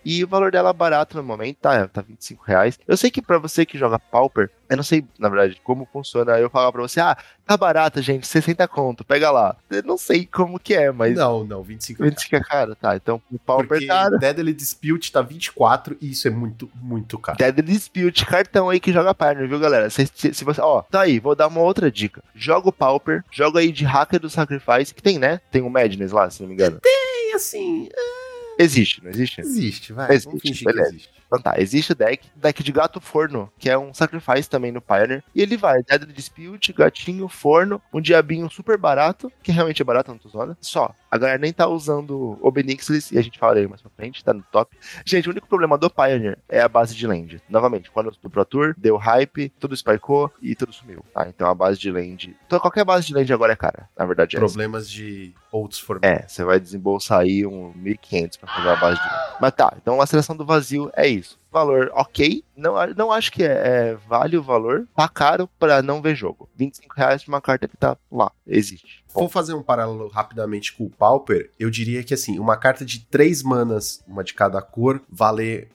E o valor dela barato no momento, tá R$25. Eu sei que pra você que joga Pauper, eu não sei, na verdade, como funciona. Eu falar pra você, tá barata, gente, 60 conto, pega lá. Eu não sei como que é, mas... Não, 25 é caro, tá. Então, o Pauper porque tá... Deadly Dispute tá 24 e isso é muito, muito caro. Deadly Dispute, cartão aí que joga Pioneer, viu, galera? Se você... tá aí, vou dar uma outra dica. Joga o Pauper, joga aí de Hacker do Sacrifice, que tem, né? Tem o Madness lá, se não me engano. Tem, assim... Existe, não existe? Existe, vai. Existe, Vamos fingir beleza. que existe. Então tá, existe o deck de gato forno, que é um sacrifice também no Pioneer, e ele vai, Deadly Dispute, gatinho, forno, um diabinho super barato, que realmente é barato, não tô zoando, só. A galera nem tá usando Obnixilis, e a gente fala aí mais pra frente, tá no top. Gente, o único problema do Pioneer é a base de land. Novamente, quando do Pro Tour, deu hype, tudo spikeou e tudo sumiu, tá? Então a base de land... Então qualquer base de land agora é cara, na verdade é Problemas de outros formatos. você vai desembolsar aí um 1.500 pra fazer uma base de land. Mas tá, então a seleção do vazio é isso. Valor ok, não acho que vale o valor, tá caro pra não ver jogo. R$25 de uma carta que tá lá, existe. Vou fazer um paralelo rapidamente com o Pauper. Eu diria que assim, uma carta de 3 manas, uma de cada cor, valer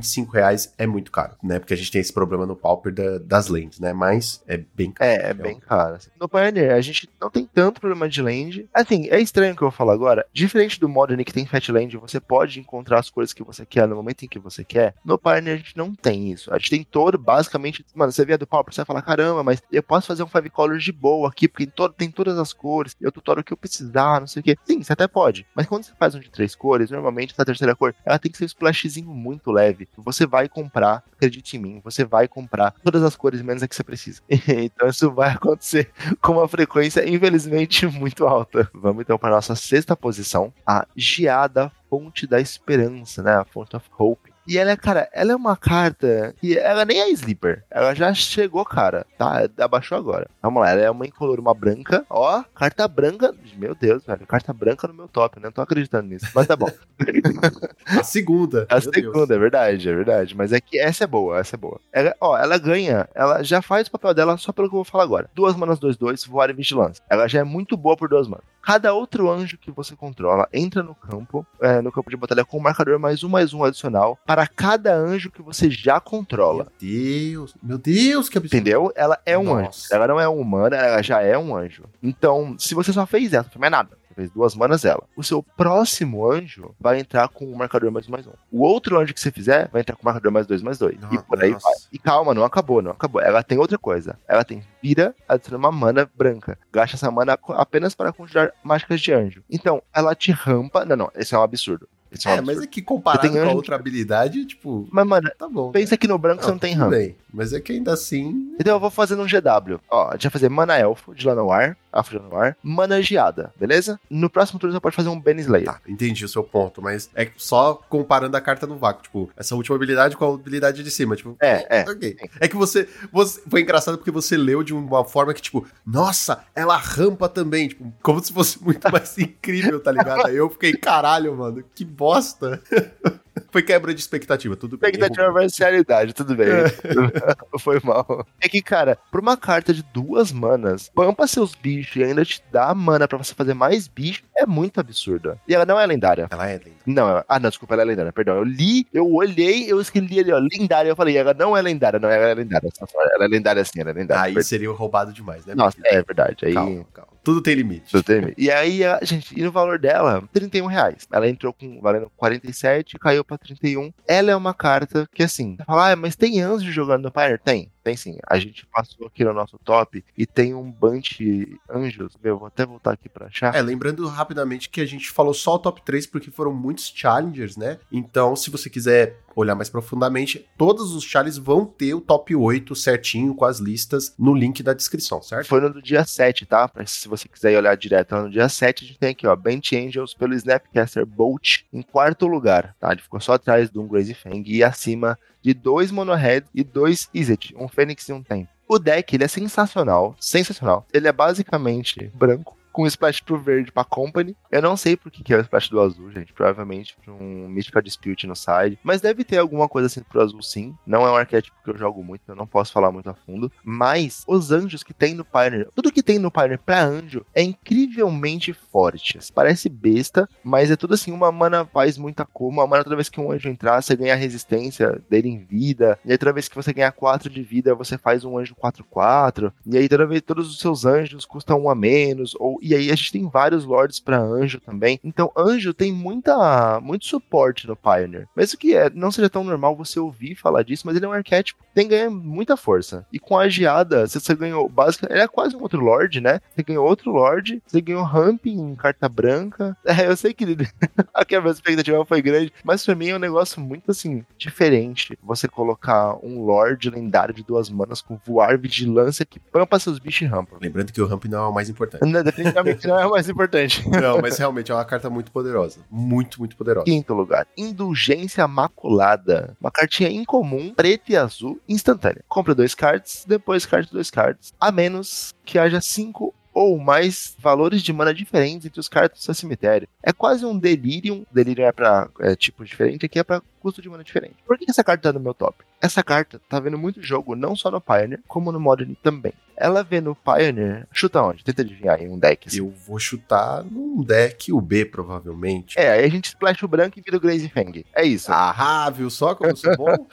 R$25 é muito caro, né? Porque a gente tem esse problema no Pauper das lands, né? Mas é bem caro. É bem caro. No Pioneer, a gente não tem tanto problema de land. Assim, é estranho o que eu vou falar agora. Diferente do Modern, que tem Fat Land, você pode encontrar as cores que você quer no momento em que você quer. No Pioneer, a gente não tem isso. A gente tem todo, basicamente... Mano, você vê a do Pauper, você vai falar, caramba, mas eu posso fazer um 5 colors de boa aqui, porque tem todas as cores, eu tutoro o que eu precisar, não sei o quê. Sim, você até pode. Mas quando você faz um de 3 cores, normalmente essa terceira cor, ela tem que ser um splashzinho muito leve. Você vai comprar, acredite em mim, você vai comprar todas as cores menos a que você precisa. Então isso vai acontecer com uma frequência, infelizmente, muito alta. Vamos então para nossa 6ª posição, a Geada Fonte da Esperança, né? A Font of Hope. E ela é uma carta que ela nem é sleeper. Ela já chegou, cara. Tá? Abaixou agora. Vamos lá, ela é uma incolor, uma branca. Ó, carta branca. Meu Deus, velho. Carta branca no meu top. Eu não tô acreditando nisso. Mas tá bom. A segunda. A segunda, é verdade. Mas é que essa é boa. Ela ganha. Ela já faz o papel dela só pelo que eu vou falar agora. 2 manas, 2/2, voar e vigilância. Ela já é muito boa por 2 manas. Cada outro anjo que você controla entra no campo de batalha com um marcador +1/+1 adicional para cada anjo que você já controla. Meu Deus, que absurdo. Entendeu? Ela é um Nossa. anjo. Ela não é humana, ela já é um anjo. Então, se você só fez essa, não fez mais nada. Você fez 2 manas ela. O seu próximo anjo vai entrar com o marcador +1/+1. O outro anjo que você fizer vai entrar com o marcador +2/+2. E por aí vai. E calma, não acabou. Ela tem outra coisa. Ela tem vira, adiciona uma mana branca. Gasta essa mana apenas para conjurar mágicas de anjo. Então, ela te rampa... Não, esse é um absurdo. Mas é que comparado com a outra habilidade, tipo... Mas, mano, tá bom. Pensa que no branco você não tem rampa. Mas é que ainda assim... Então eu vou fazer um GW. Ó, a gente vai fazer mana elfo de Llanowar, Afro de Llanowar, mana geada, beleza? No próximo turno você pode fazer um Bane-Slayer. Tá, entendi o seu ponto, mas é só comparando a carta no vácuo, tipo, essa última habilidade com a habilidade de cima, tipo... Ok. É que você... Foi engraçado porque você leu de uma forma que, tipo, nossa, ela rampa também, tipo, como se fosse muito mais incrível, tá ligado? Aí eu fiquei, caralho, mano, que bosta. Foi quebra de expectativa, tudo bem. Expectativa versus realidade, tudo bem. Foi mal. É que, cara, por uma carta de 2 manas, pampa seus bichos e ainda te dá mana pra você fazer mais bicho, é muito absurda. E ela não é lendária. Ela é lendária. Não, desculpa, ela é lendária, perdão. Eu olhei, eu escrevi ali, ó, lendária, eu falei, ela não é lendária, não, ela é lendária. Ela é lendária sim, ela é lendária. Aí seria roubado demais, né? Nossa, é verdade. Aí... Calma. Tudo tem limite. E aí, gente, e no valor dela, R$31. Ela entrou valendo 47, caiu pra 31. Ela é uma carta que, assim, você fala, mas tem anjo jogando no Pioneer? Tem sim. A gente passou aqui no nosso top e tem um bunch de anjos. Vou até voltar aqui pra achar. Lembrando rapidamente que a gente falou só o top 3 porque foram muitos challengers, né? Então, se você quiser olhar mais profundamente, todos os challengers vão ter o top 8 certinho com as listas no link da descrição, certo? Foi no dia 7, tá? Se você quiser olhar direto no dia 7, a gente tem aqui, ó, Bench Angels pelo Snapcaster Bolt em 4º lugar, tá? Ele ficou só atrás de um Crazy Fang e acima de 2 Monohead e 2 Izzet, um Fênix e um Tempo. O deck, ele é sensacional. Ele é basicamente branco, com splash pro verde pra Company. Eu não sei por que é o splash do azul, gente. Provavelmente pra um Mythical Dispute no side. Mas deve ter alguma coisa assim pro azul, sim. Não é um arquétipo que eu jogo muito, eu não posso falar muito a fundo. Mas os anjos que tem no Pioneer, tudo que tem no Pioneer pra anjo é incrivelmente forte. Parece besta, mas é tudo assim, uma mana faz muita cor. Uma mana toda vez que um anjo entrar, você ganha a resistência dele em vida. E aí toda vez que você ganhar 4 de vida, você faz um anjo 4/4. E aí toda vez todos os seus anjos custam 1 a menos. E aí a gente tem vários lords pra anjo também. Então anjo tem muito suporte no Pioneer. Mesmo que não seja tão normal você ouvir falar disso, mas ele é um arquétipo que tem ganha muita força. E com a geada, você ganhou básica, ele é quase um outro lord, né? Você ganhou outro lord, você ganhou ramp em carta branca. Eu sei que aqui a minha expectativa foi grande, mas pra mim é um negócio muito assim, diferente. Você colocar um lord lendário de 2 manas com voar, vigilância, que pampa seus bichos e rampa. Lembrando que o ramp não é o mais importante. Não, definitivamente não é o mais importante. Não, mas realmente é uma carta muito poderosa. Muito, muito poderosa. Quinto lugar, Indulgência Maculada. Uma cartinha incomum, preta e azul, instantânea. Compra 2 cards, depois card 2 cards. A menos que haja 5 ou mais valores de mana diferentes entre os cartas do seu cemitério. É quase um Delirium. Delirium é pra tipo diferente, aqui é pra custo de mana diferente. Por que essa carta tá no meu top? Essa carta tá vendo muito jogo, não só no Pioneer, como no Modern também. Ela vê no Pioneer... Chuta onde? Tenta adivinhar em um deck. Assim. Eu vou chutar num deck UB, provavelmente. Aí a gente splash o branco e vira o Graze Fang. É isso. Ah, viu só como eu sou bom?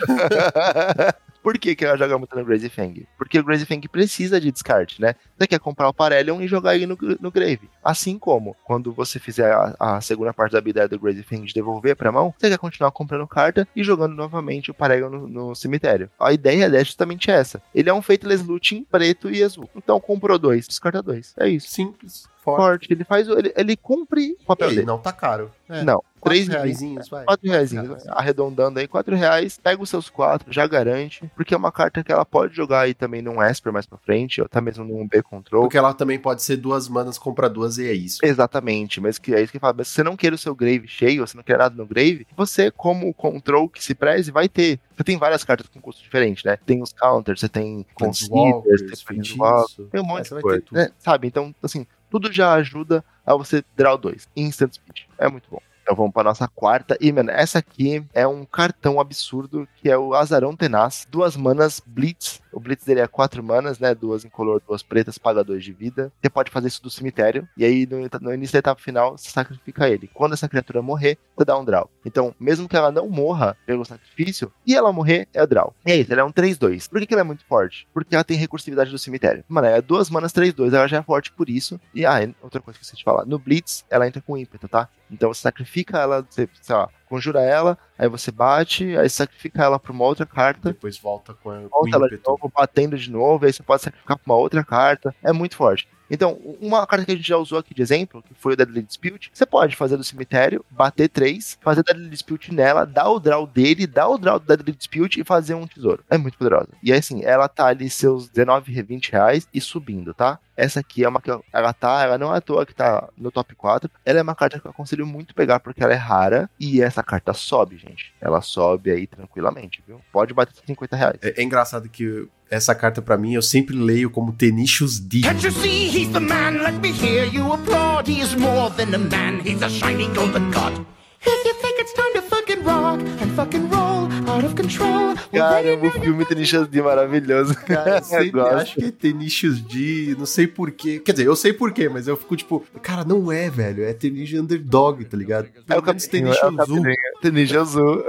Por que ela joga muito no Graze Fang? Porque o Graze Fang precisa de descarte, né? Você quer comprar o Parelion e jogar ele no Grave. Assim como, quando você fizer a segunda parte da habilidade do Graze Fang de devolver pra mão, você quer continuar comprando carta e jogando novamente o Parelion no cemitério. A ideia é justamente essa. Ele é um Faithless Loot em preto e azul. Então comprou 2, descarta 2. É isso. Simples. Forte. Ele cumpre o papel dele. Não tá caro. Não. 3 reaisinhos, vai. 4 reaisinhos, arredondando aí, 4 reais, pega os seus 4, já garante, porque é uma carta que ela pode jogar aí também num Esper mais pra frente, ou até mesmo num B-Control. Porque ela também pode ser 2 manas, compra 2 e é isso. Exatamente, mas que é isso que fala, mas se você não quer o seu Grave cheio, você não quer nada no Grave, você, como Control que se preze, vai ter. Você tem várias cartas com custo diferente, né? Tem os counters, você tem Considers, tem um monte de coisa, né? Sabe? Então, assim, tudo já ajuda a você draw 2, Instant Speed. É muito bom. Então vamos pra nossa quarta. E, mano, essa aqui é um cartão absurdo, que é o Azarão Tenaz. 2 manas, Blitz. O Blitz dele é 4 manas, né? 2 incolor, 2 pretas, paga 2 de vida. Você pode fazer isso do cemitério. E aí, no início da etapa final, você sacrifica ele. Quando essa criatura morrer, você dá um draw. Então, mesmo que ela não morra pelo sacrifício, e ela morrer, é o draw. E é isso, ela é um 3/2. Por que ela é muito forte? Porque ela tem recursividade do cemitério. Mano, é 2 manas, 3/2. Ela já é forte por isso. E, outra coisa que eu esqueci de falar. No Blitz, ela entra com ímpeto, tá? Então você sacrifica ela, você, sei lá, conjura ela, aí você bate, aí sacrifica ela pra uma outra carta. Depois volta com ela de novo, batendo de novo, aí você pode sacrificar pra uma outra carta. É muito forte. Então, uma carta que a gente já usou aqui de exemplo, que foi o Deadly Dispute, você pode fazer do cemitério, bater 3, fazer o Deadly Dispute nela, dar o draw dele, dar o draw do Deadly Dispute e fazer um tesouro. É muito poderosa. E assim, ela tá ali seus 19, 20 reais e subindo, tá? Essa aqui é uma que ela não é à toa que tá no top 4. Ela é uma carta que eu aconselho muito pegar porque ela é rara e essa carta sobe, gente. Ela sobe aí tranquilamente, viu? Pode bater 50 reais. É engraçado que essa carta pra mim eu sempre leio como Tenacious D. Can't you see he's the man? Let me hear you applaud. He is more than a man. He's a shiny golden god. If you think it's time to fucking rock and fucking roll out of control. Cara, o filme Tenacious D maravilhoso. Cara, eu sempre acho que é Tenacious D, não sei porquê. Quer dizer, eu sei porquê, mas eu fico tipo, cara, não é, velho. É Tenacious Underdog, tá ligado? É o Tenacious Azul. Tenacious Azul.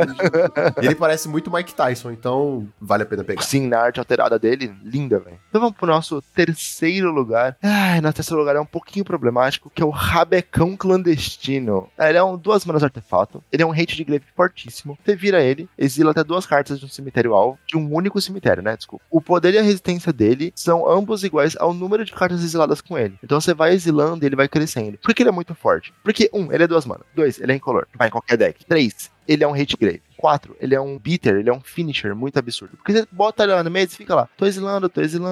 Ele parece muito Mike Tyson, então vale a pena pegar. Sim, na arte alterada dele, linda, velho. Então vamos pro nosso terceiro lugar. Nosso terceiro lugar é um pouquinho problemático, que é o Rabecão Clandestino. Ele é 2 manas artefato. Ele é um hate de grave fortíssimo. Você vira ele, exila até 2 cartas de um cemitério alvo, de um único cemitério, né? Desculpa. O poder e a resistência dele são ambos iguais ao número de cartas exiladas com ele. Então você vai exilando e ele vai crescendo. Por que ele é muito forte? Porque, 1, ele é 2 manas. 2, ele é incolor. Vai em qualquer deck. 3, ele é um hate grave. 4, ele é um beater, ele é um finisher muito absurdo. Porque você bota ele lá no meio e fica lá, tô exilando.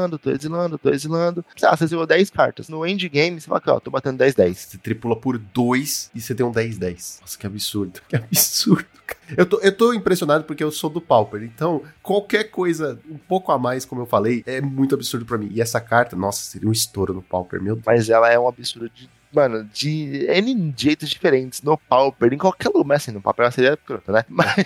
Você exilou 10 cartas. No endgame, você fala que, ó, tô batendo 10-10. Você tripula por 2 e você tem um 10-10. Nossa, que absurdo. Que absurdo, cara. Eu tô impressionado porque eu sou do Pauper. Então, qualquer coisa um pouco a mais, como eu falei, é muito absurdo pra mim. E essa carta, nossa, seria um estouro no Pauper, meu Deus. Mas ela é um absurdo de N jeitos diferentes, no Pauper, em qualquer lugar, assim, no Pauper seria escroto, né? Mas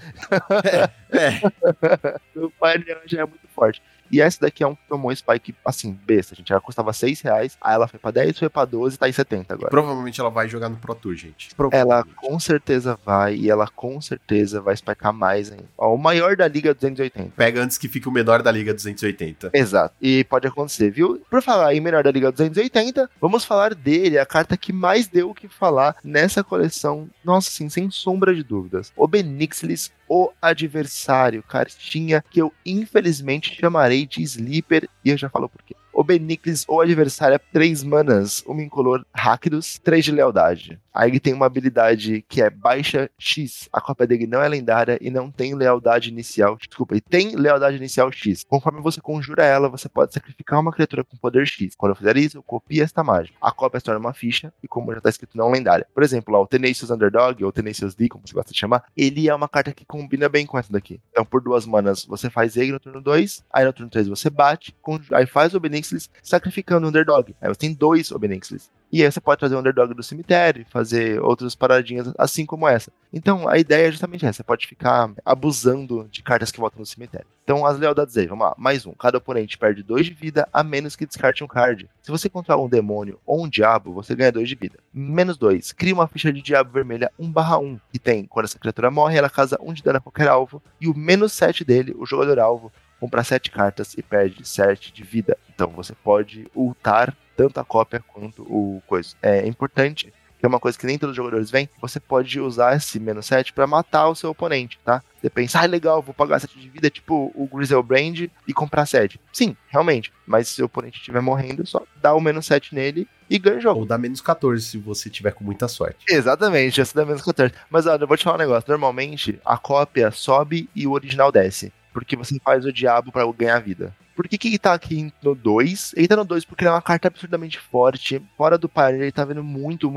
o Pioneer já é muito forte. E essa daqui é um que tomou um spike, assim, besta, gente. Ela custava R$6, aí ela foi pra 10, foi pra 12, tá em 70 agora. Provavelmente ela vai jogar no Pro Tour, gente. Ela com certeza vai, e ela com certeza vai spikear mais ainda. Ó, o maior da liga é 280. Pega antes que fique o menor da liga 280. Exato. E pode acontecer, viu? Por falar em menor da liga 280, vamos falar dele, a carta que mais deu o que falar nessa coleção. Nossa, sim, sem sombra de dúvidas. O Obnixilis, o adversário, cartinha que eu infelizmente chamarei de Sleeper, e eu já falo por quê. O Obnixilis, o adversário, é 3 manas, 1 incolor Rakdos, 3 de lealdade. Aí ele tem uma habilidade que é baixa X. A cópia dele não é lendária e não tem lealdade inicial. Desculpa, e tem lealdade inicial X. Conforme você conjura ela, você pode sacrificar uma criatura com poder X. Quando eu fizer isso, eu copio esta mágica. A cópia se torna uma ficha, e como já está escrito, não lendária. Por exemplo, lá, o Tenacious Underdog, ou Tenacious D, como você gosta de chamar, ele é uma carta que combina bem com essa daqui. Então, por 2 manas, você faz ele no turno 2, aí no turno 3 você bate, aí faz o Obnixilis sacrificando o Underdog. Aí você tem 2 Obnixilis. E aí você pode trazer o Underdog do cemitério, fazer outras paradinhas assim como essa. Então a ideia é justamente essa, você pode ficar abusando de cartas que voltam no cemitério. Então as lealdades aí, vamos lá, mais um. Cada oponente perde 2 de vida, a menos que descarte um card. Se você encontrar um demônio ou um diabo, você ganha 2 de vida. Menos 2, cria uma ficha de diabo vermelha 1/1, que tem, quando essa criatura morre, ela causa 1 de dano a qualquer alvo, e o menos 7 dele, o jogador alvo, compra 7 cartas e perde 7 de vida. Então você pode ultar tanto a cópia quanto o coisa. É importante, que é uma coisa que nem todos os jogadores veem, você pode usar esse menos 7 pra matar o seu oponente, tá? Você pensa, legal, vou pagar 7 de vida, tipo o Griselbrand, e comprar 7. Sim, realmente, mas se o seu oponente estiver morrendo, só dá o menos 7 nele e ganha o jogo. Ou dá menos 14 se você tiver com muita sorte. Exatamente, você dá menos 14. Mas olha, eu vou te falar um negócio, normalmente a cópia sobe e o original desce, porque você faz o diabo pra ganhar vida. Por que ele tá aqui no 2? Ele tá no 2 porque ele é uma carta absurdamente forte. Fora do Pioneer, ele tá vendo muito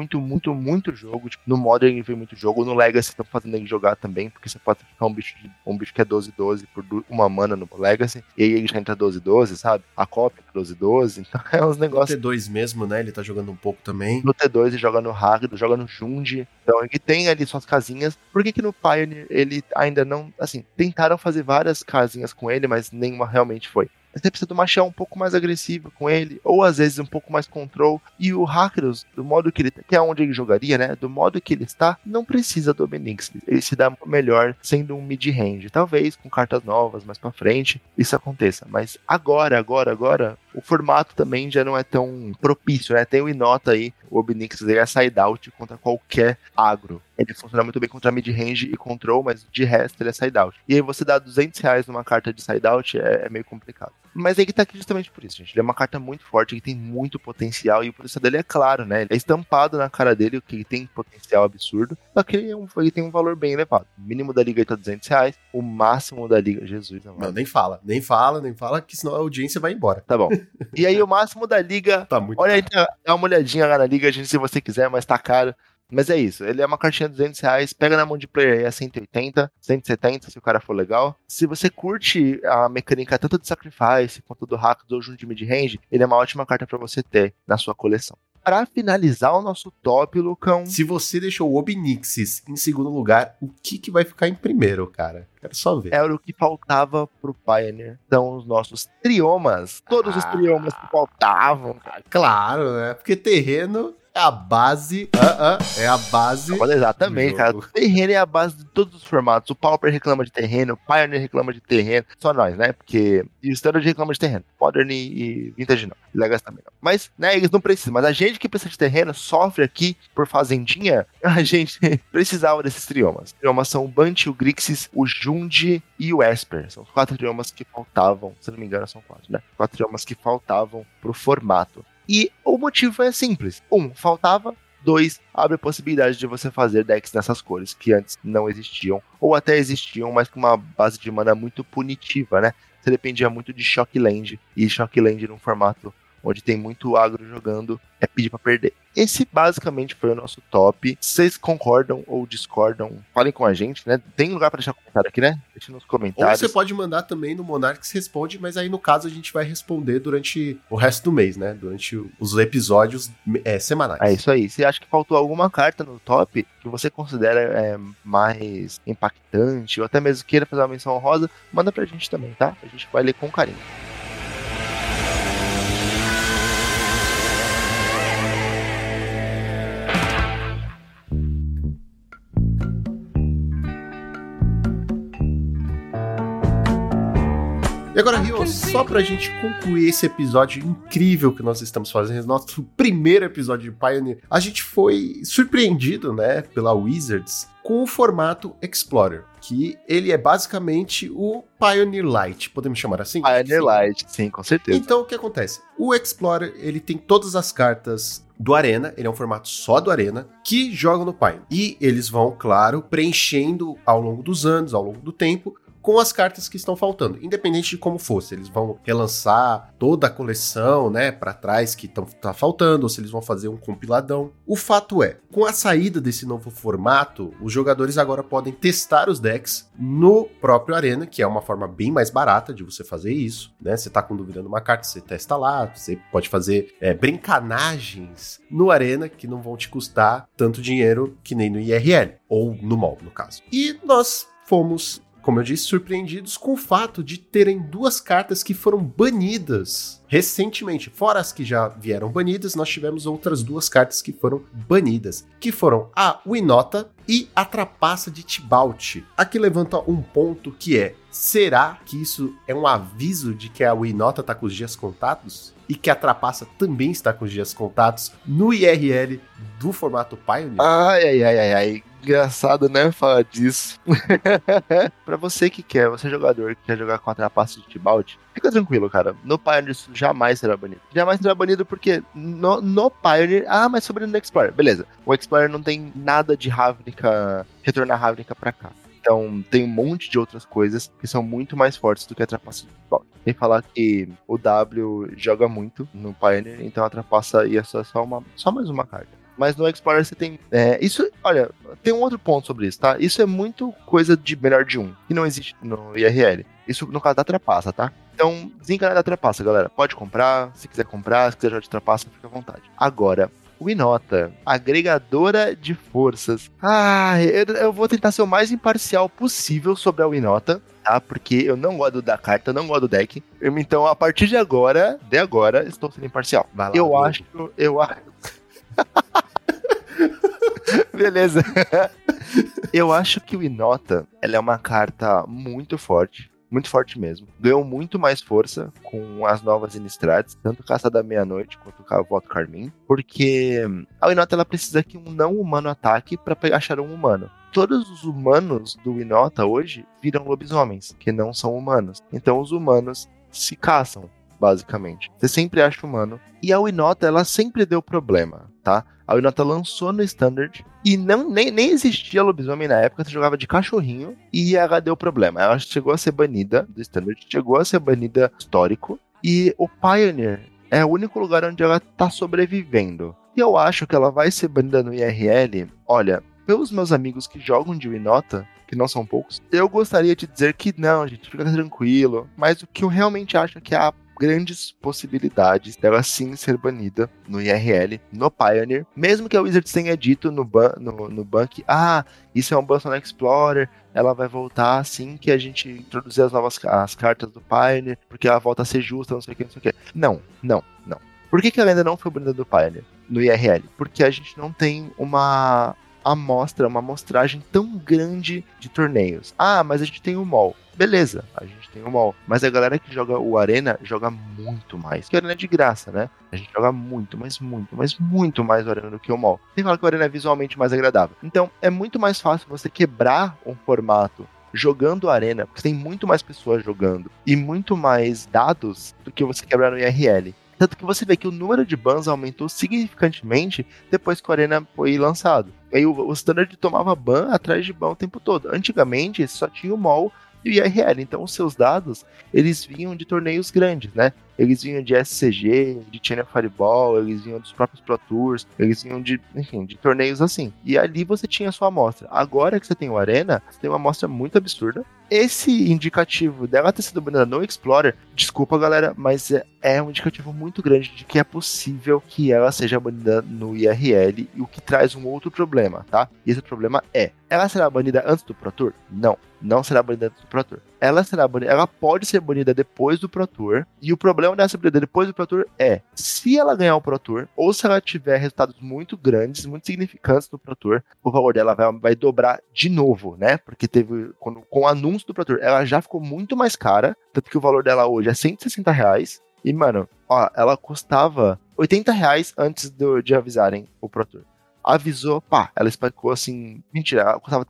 jogo. Tipo, no Modern ele vê muito jogo. No Legacy estão fazendo ele jogar também, porque você pode ficar um bicho que é 12/12 por 1 mana no Legacy. E aí ele já entra 12/12, sabe? A cópia é 12/12. Então é uns negócios. No T2 mesmo, né? Ele tá jogando um pouco também. No T2 ele joga no Hagrid, joga no Jund. Então ele tem ali suas casinhas. Por que no Pioneer ele ainda não... Assim, tentaram fazer várias casinhas com ele, mas nenhuma realmente foi. Você precisa de uma shell um pouco mais agressiva com ele, ou às vezes um pouco mais control. E o Rakdos, do modo que ele tá, que é onde ele jogaria, né? Do modo que ele está, não precisa do Obnixilis. Ele se dá melhor sendo um mid-range. Talvez com cartas novas mais pra frente isso aconteça. Mas agora, o formato também já não é tão propício, né? Tem o Inota aí, o Obnixilis é side-out contra qualquer agro. Ele funciona muito bem contra mid-range e control, mas de resto ele é side-out. E aí você dá R$200 numa carta de side-out é meio complicado. Mas ele tá aqui justamente por isso, gente. Ele é uma carta muito forte, ele tem muito potencial, e o potencial dele é claro, né? Ele é estampado na cara dele, que ele tem potencial absurdo, só que ele tem um valor bem elevado. O mínimo da liga tá R$200, o máximo da liga... Jesus, amado. Não, nem fala, que senão a audiência vai embora. Tá bom. E aí o máximo da liga... Tá muito olha aí, caro. dá uma olhadinha lá na liga, gente, se você quiser, mas tá caro. Mas é isso, ele é uma cartinha de R$200, pega na mão de player aí a 180, 170, se o cara for legal. Se você curte a mecânica tanto de Sacrifice quanto do Rakdos ou Jund de mid-range, ele é uma ótima carta pra você ter na sua coleção. Para finalizar o nosso top, Lucão... Se você deixou o Obnixilis em segundo lugar, o que vai ficar em primeiro, cara? Quero só ver. Era o que faltava pro Pioneer. São os nossos triomas. Todos os triomas que faltavam, cara. Claro, né? Porque terreno... é a base. É a base. Olha, exatamente, cara. O terreno é a base de todos os formatos. O Pauper reclama de terreno, o Pioneer reclama de terreno. Só nós, né? Porque. E o Standard reclama de terreno. Modern e Vintage não. E Legacy também não. Mas, né, eles não precisam. Mas a gente que precisa de terreno sofre aqui por fazendinha. A gente precisava desses triomas. Os triomas são o Banshee, o Grixis, o Jund e o Esper. São os 4 triomas que faltavam. Se não me engano, são 4, né? 4 triomas que faltavam pro formato. E o motivo é simples. 1, faltava. 2, abre a possibilidade de você fazer decks nessas cores, que antes não existiam, ou até existiam, mas com uma base de mana muito punitiva, né? Você dependia muito de Shockland, e Shockland num formato onde tem muito agro jogando, é pedir pra perder. Esse basicamente foi o nosso top. Vocês concordam ou discordam? Falem com a gente, né? Tem lugar pra deixar comentário aqui, né? Deixa nos Ou comentários. você pode mandar também no Monarques Responde, mas aí no caso a gente vai responder durante o resto do mês, né? Durante os episódios semanais. É isso aí. Você acha que faltou alguma carta no top que você considera mais impactante, ou até mesmo queira fazer uma menção honrosa, manda pra gente também, tá? A gente vai ler com carinho. E agora, Rio, só pra gente concluir esse episódio incrível que nós estamos fazendo, nosso primeiro episódio de Pioneer, a gente foi surpreendido, né, pela Wizards com o formato Explorer, que ele é basicamente o Pioneer Light, podemos chamar assim? Pioneer Light, sim, com certeza. Então, o que acontece? O Explorer, ele tem todas as cartas do Arena, ele é um formato só do Arena, que jogam no Pioneer. E eles vão, claro, preenchendo ao longo dos anos, ao longo do tempo, com as cartas que estão faltando, independente de como fosse. Eles vão relançar toda a coleção, né, pra trás que tá faltando, ou se eles vão fazer um compiladão. O fato é, com a saída desse novo formato, os jogadores agora podem testar os decks no próprio Arena, que é uma forma bem mais barata de você fazer isso, né? Você tá com dúvida numa carta, você testa lá, você pode fazer brincanagens no Arena que não vão te custar tanto dinheiro que nem no IRL, ou no MOL, no caso. E nós fomos, como eu disse, surpreendidos com o fato de terem duas cartas que foram banidas recentemente. Fora as que já vieram banidas, nós tivemos outras duas cartas que foram banidas, que foram a Winota e a Trapaça de Tibalt. Aqui levanta um ponto que é: será que isso é um aviso de que a Winota tá com os dias contados? E que a Trapaça também está com os dias contados no IRL do formato Pioneer? Ai. Engraçado, né? Falar disso. Pra você que quer, você jogador que quer jogar com a Trapaça de Tibalt, fica tranquilo, cara. No Pioneer isso jamais será banido. Jamais será banido porque no Pioneer... mas sobre no Explorer, beleza. O Explorer não tem nada de Ravnica, retornar Ravnica pra cá. Então tem um monte de outras coisas que são muito mais fortes do que a Trapaça de Tibalt. Sem falar que o W joga muito no Pioneer, então a Trapaça ia ser só mais uma carta. Mas no Explorer você tem... isso, olha, tem um outro ponto sobre isso, tá? Isso é muito coisa de melhor de um, que não existe no IRL. Isso no caso da Trapaça, tá? Então, desencana da Trapaça, galera. Pode comprar, se quiser jogar de Trapaça, fica à vontade. Agora, Winota, agregadora de forças. Eu vou tentar ser o mais imparcial possível sobre a Winota, tá? Porque eu não gosto da carta, eu não gosto do deck. Então, a partir de agora, estou sendo imparcial. Vai lá, eu acho... Beleza. Eu acho que o Winota, ela é uma carta muito forte mesmo. Ganhou muito mais força com as novas Innistrades, tanto Caça da Meia-Noite quanto o Voto Carmim, porque a Winota ela precisa que um não humano ataque para achar um humano. Todos os humanos do Winota hoje viram lobisomens, que não são humanos. Então os humanos se caçam, basicamente. Você sempre acha humano. E a Winota, ela sempre deu problema, tá? A Winota lançou no Standard e nem existia lobisomem na época, você jogava de cachorrinho e ela deu problema. Ela chegou a ser banida do Standard, chegou a ser banida histórico, e o Pioneer é o único lugar onde ela tá sobrevivendo. E eu acho que ela vai ser banida no IRL. Olha, pelos meus amigos que jogam de Winota, que não são poucos, eu gostaria de dizer que não, gente, fica tranquilo. Mas o que eu realmente acho é que há grandes possibilidades dela sim ser banida no IRL, no Pioneer, mesmo que a Wizards tenha dito no ban que, isso é um ban só no Explorer, ela vai voltar assim que a gente introduzir as cartas do Pioneer, porque ela volta a ser justa, não sei o que. Não. Por que ela ainda não foi banida do Pioneer no IRL? Porque a gente não tem uma amostragem tão grande de torneios. Mas a gente tem o MOL. Beleza, a gente tem o MOL. Mas a galera que joga o Arena joga muito mais. Porque o Arena é de graça, né? A gente joga muito mais o Arena do que o MOL. Sem falar que o Arena é visualmente mais agradável. Então, é muito mais fácil você quebrar um formato jogando Arena, porque tem muito mais pessoas jogando e muito mais dados do que você quebrar no IRL. Tanto que você vê que o número de bans aumentou significantemente depois que o Arena foi lançado. Aí o Standard tomava ban atrás de ban o tempo todo. Antigamente só tinha o MOL e o IRL, então os seus dados, eles vinham de torneios grandes, né? Eles vinham de SCG, de China Fireball, eles vinham dos próprios Pro Tours, eles vinham de, enfim, de torneios assim. E ali você tinha a sua amostra. Agora que você tem o Arena, você tem uma amostra muito absurda. Esse indicativo dela ter sido banida no Explorer, desculpa galera, mas é um indicativo muito grande de que é possível que ela seja banida no IRL, e o que traz um outro problema, tá? E esse problema ela será banida antes do Pro Tour? Não será banida antes do Pro Tour. Ela pode ser banida depois do Pro Tour, e o problema dessa banida depois do Pro Tour se ela ganhar o Pro Tour, ou se ela tiver resultados muito grandes, muito significantes no Pro Tour, o valor dela vai dobrar de novo, né? Porque teve, com o anúncio do Pro Tour, ela já ficou muito mais cara, tanto que o valor dela hoje é R$160, e mano, ó, ela custava R$80 antes de avisarem o Pro Tour. Avisou, ela espacou assim, mentira, ela custava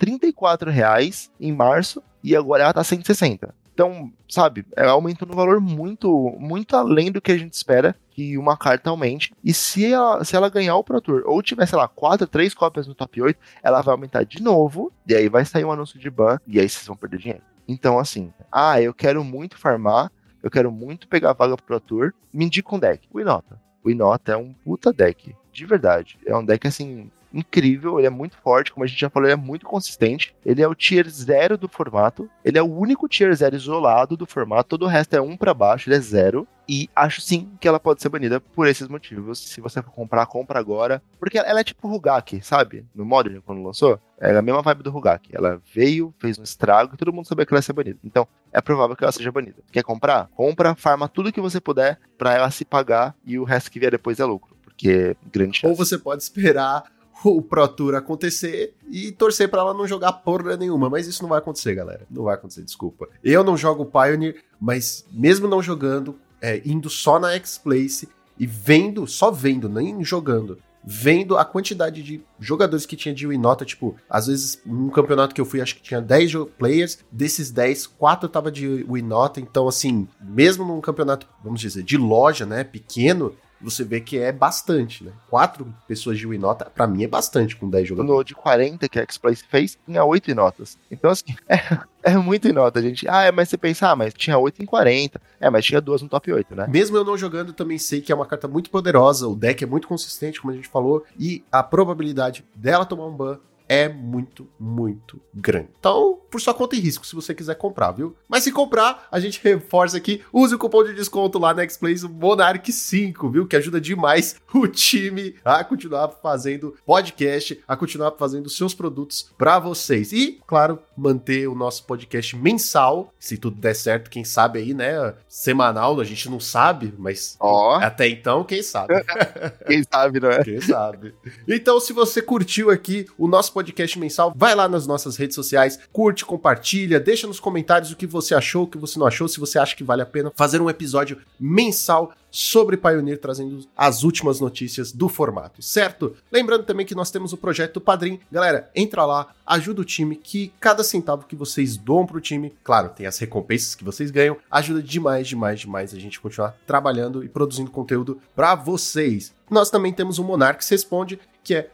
R$34 em março, e agora ela tá 160. Então, sabe, ela aumentou no valor muito, muito além do que a gente espera que uma carta aumente. E se ela ganhar o Pro Tour, ou tiver, sei lá, 3 cópias no top 8, ela vai aumentar de novo, e aí vai sair um anúncio de ban, e aí vocês vão perder dinheiro. Então, assim, eu quero muito farmar, eu quero muito pegar a vaga pro Pro Tour, me indica um deck. O Inota. O Inota é um puta deck, de verdade. É um deck, assim, incrível, ele é muito forte, como a gente já falou, ele é muito consistente, ele é o tier 0 do formato, ele é o único tier 0 isolado do formato, todo o resto é 1 pra baixo, ele é 0, e acho sim que ela pode ser banida por esses motivos. Se você for comprar, compra agora, porque ela é tipo o Rugak, sabe? No Modern, quando lançou, é a mesma vibe do Rugak, ela veio, fez um estrago, e todo mundo sabia que ela ia ser banida, então é provável que ela seja banida. Quer comprar? Compra, farma tudo que você puder pra ela se pagar, e o resto que vier depois é lucro, porque é grande chance. Ou você pode esperar o Pro Tour acontecer e torcer pra ela não jogar porra nenhuma, mas isso não vai acontecer, galera, não vai acontecer, desculpa. Eu não jogo Pioneer, mas mesmo não jogando, indo só na X-Place e só vendo, nem jogando, vendo a quantidade de jogadores que tinha de Winota, tipo, às vezes num campeonato que eu fui, acho que tinha 10 players, desses 10, 4 tava de Winota, então assim, mesmo num campeonato, vamos dizer, de loja, né, pequeno, você vê que é bastante, né? 4 pessoas de Winota, pra mim é bastante com 10 jogadores. No de 40 que a X-Place fez, tinha 8 Winotas. Então, assim, é muito Winota, gente. Mas você pensa, mas tinha 8 em 40. Mas tinha 2 no top 8, né? Mesmo eu não jogando, também sei que é uma carta muito poderosa, o deck é muito consistente, como a gente falou, e a probabilidade dela tomar um ban é muito, muito grande. Então, por sua conta e risco, se você quiser comprar, viu? Mas se comprar, a gente reforça aqui, use o cupom de desconto lá na X-Plays, o Monark5, viu? Que ajuda demais o time a continuar fazendo podcast, a continuar fazendo seus produtos pra vocês. E, claro, manter o nosso podcast mensal, se tudo der certo, quem sabe aí, né? Semanal, a gente não sabe, mas até então, quem sabe? Quem sabe, não é? Quem sabe? Então, se você curtiu aqui o nosso podcast mensal, vai lá nas nossas redes sociais, curte, compartilha, deixa nos comentários o que você achou, o que você não achou, se você acha que vale a pena fazer um episódio mensal sobre Pioneer, trazendo as últimas notícias do formato, certo? Lembrando também que nós temos o projeto Padrim. Galera, entra lá, ajuda o time, que cada centavo que vocês doam pro time, claro, tem as recompensas que vocês ganham, ajuda demais, demais, demais a gente continuar trabalhando e produzindo conteúdo pra vocês. Nós também temos o Monarques Responde, que é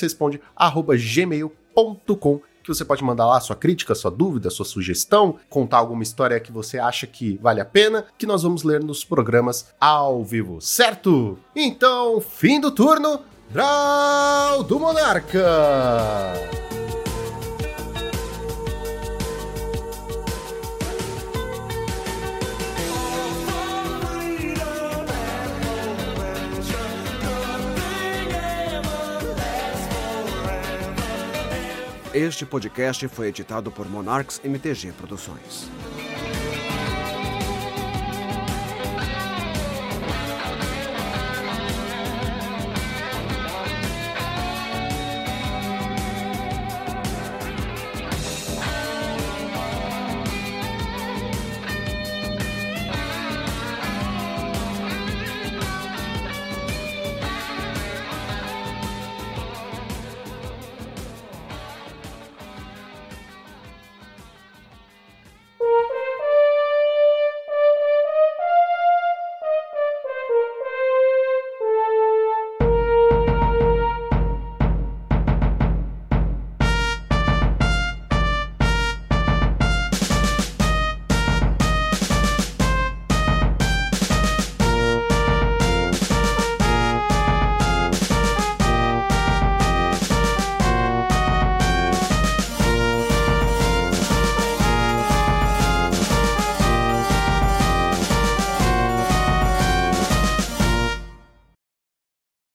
monarquesresponde@gmail.com, que você pode mandar lá sua crítica, sua dúvida, sua sugestão, contar alguma história que você acha que vale a pena, que nós vamos ler nos programas ao vivo, certo? Então, fim do turno, Draw do Monarca! Este podcast foi editado por Monarques MTG Produções.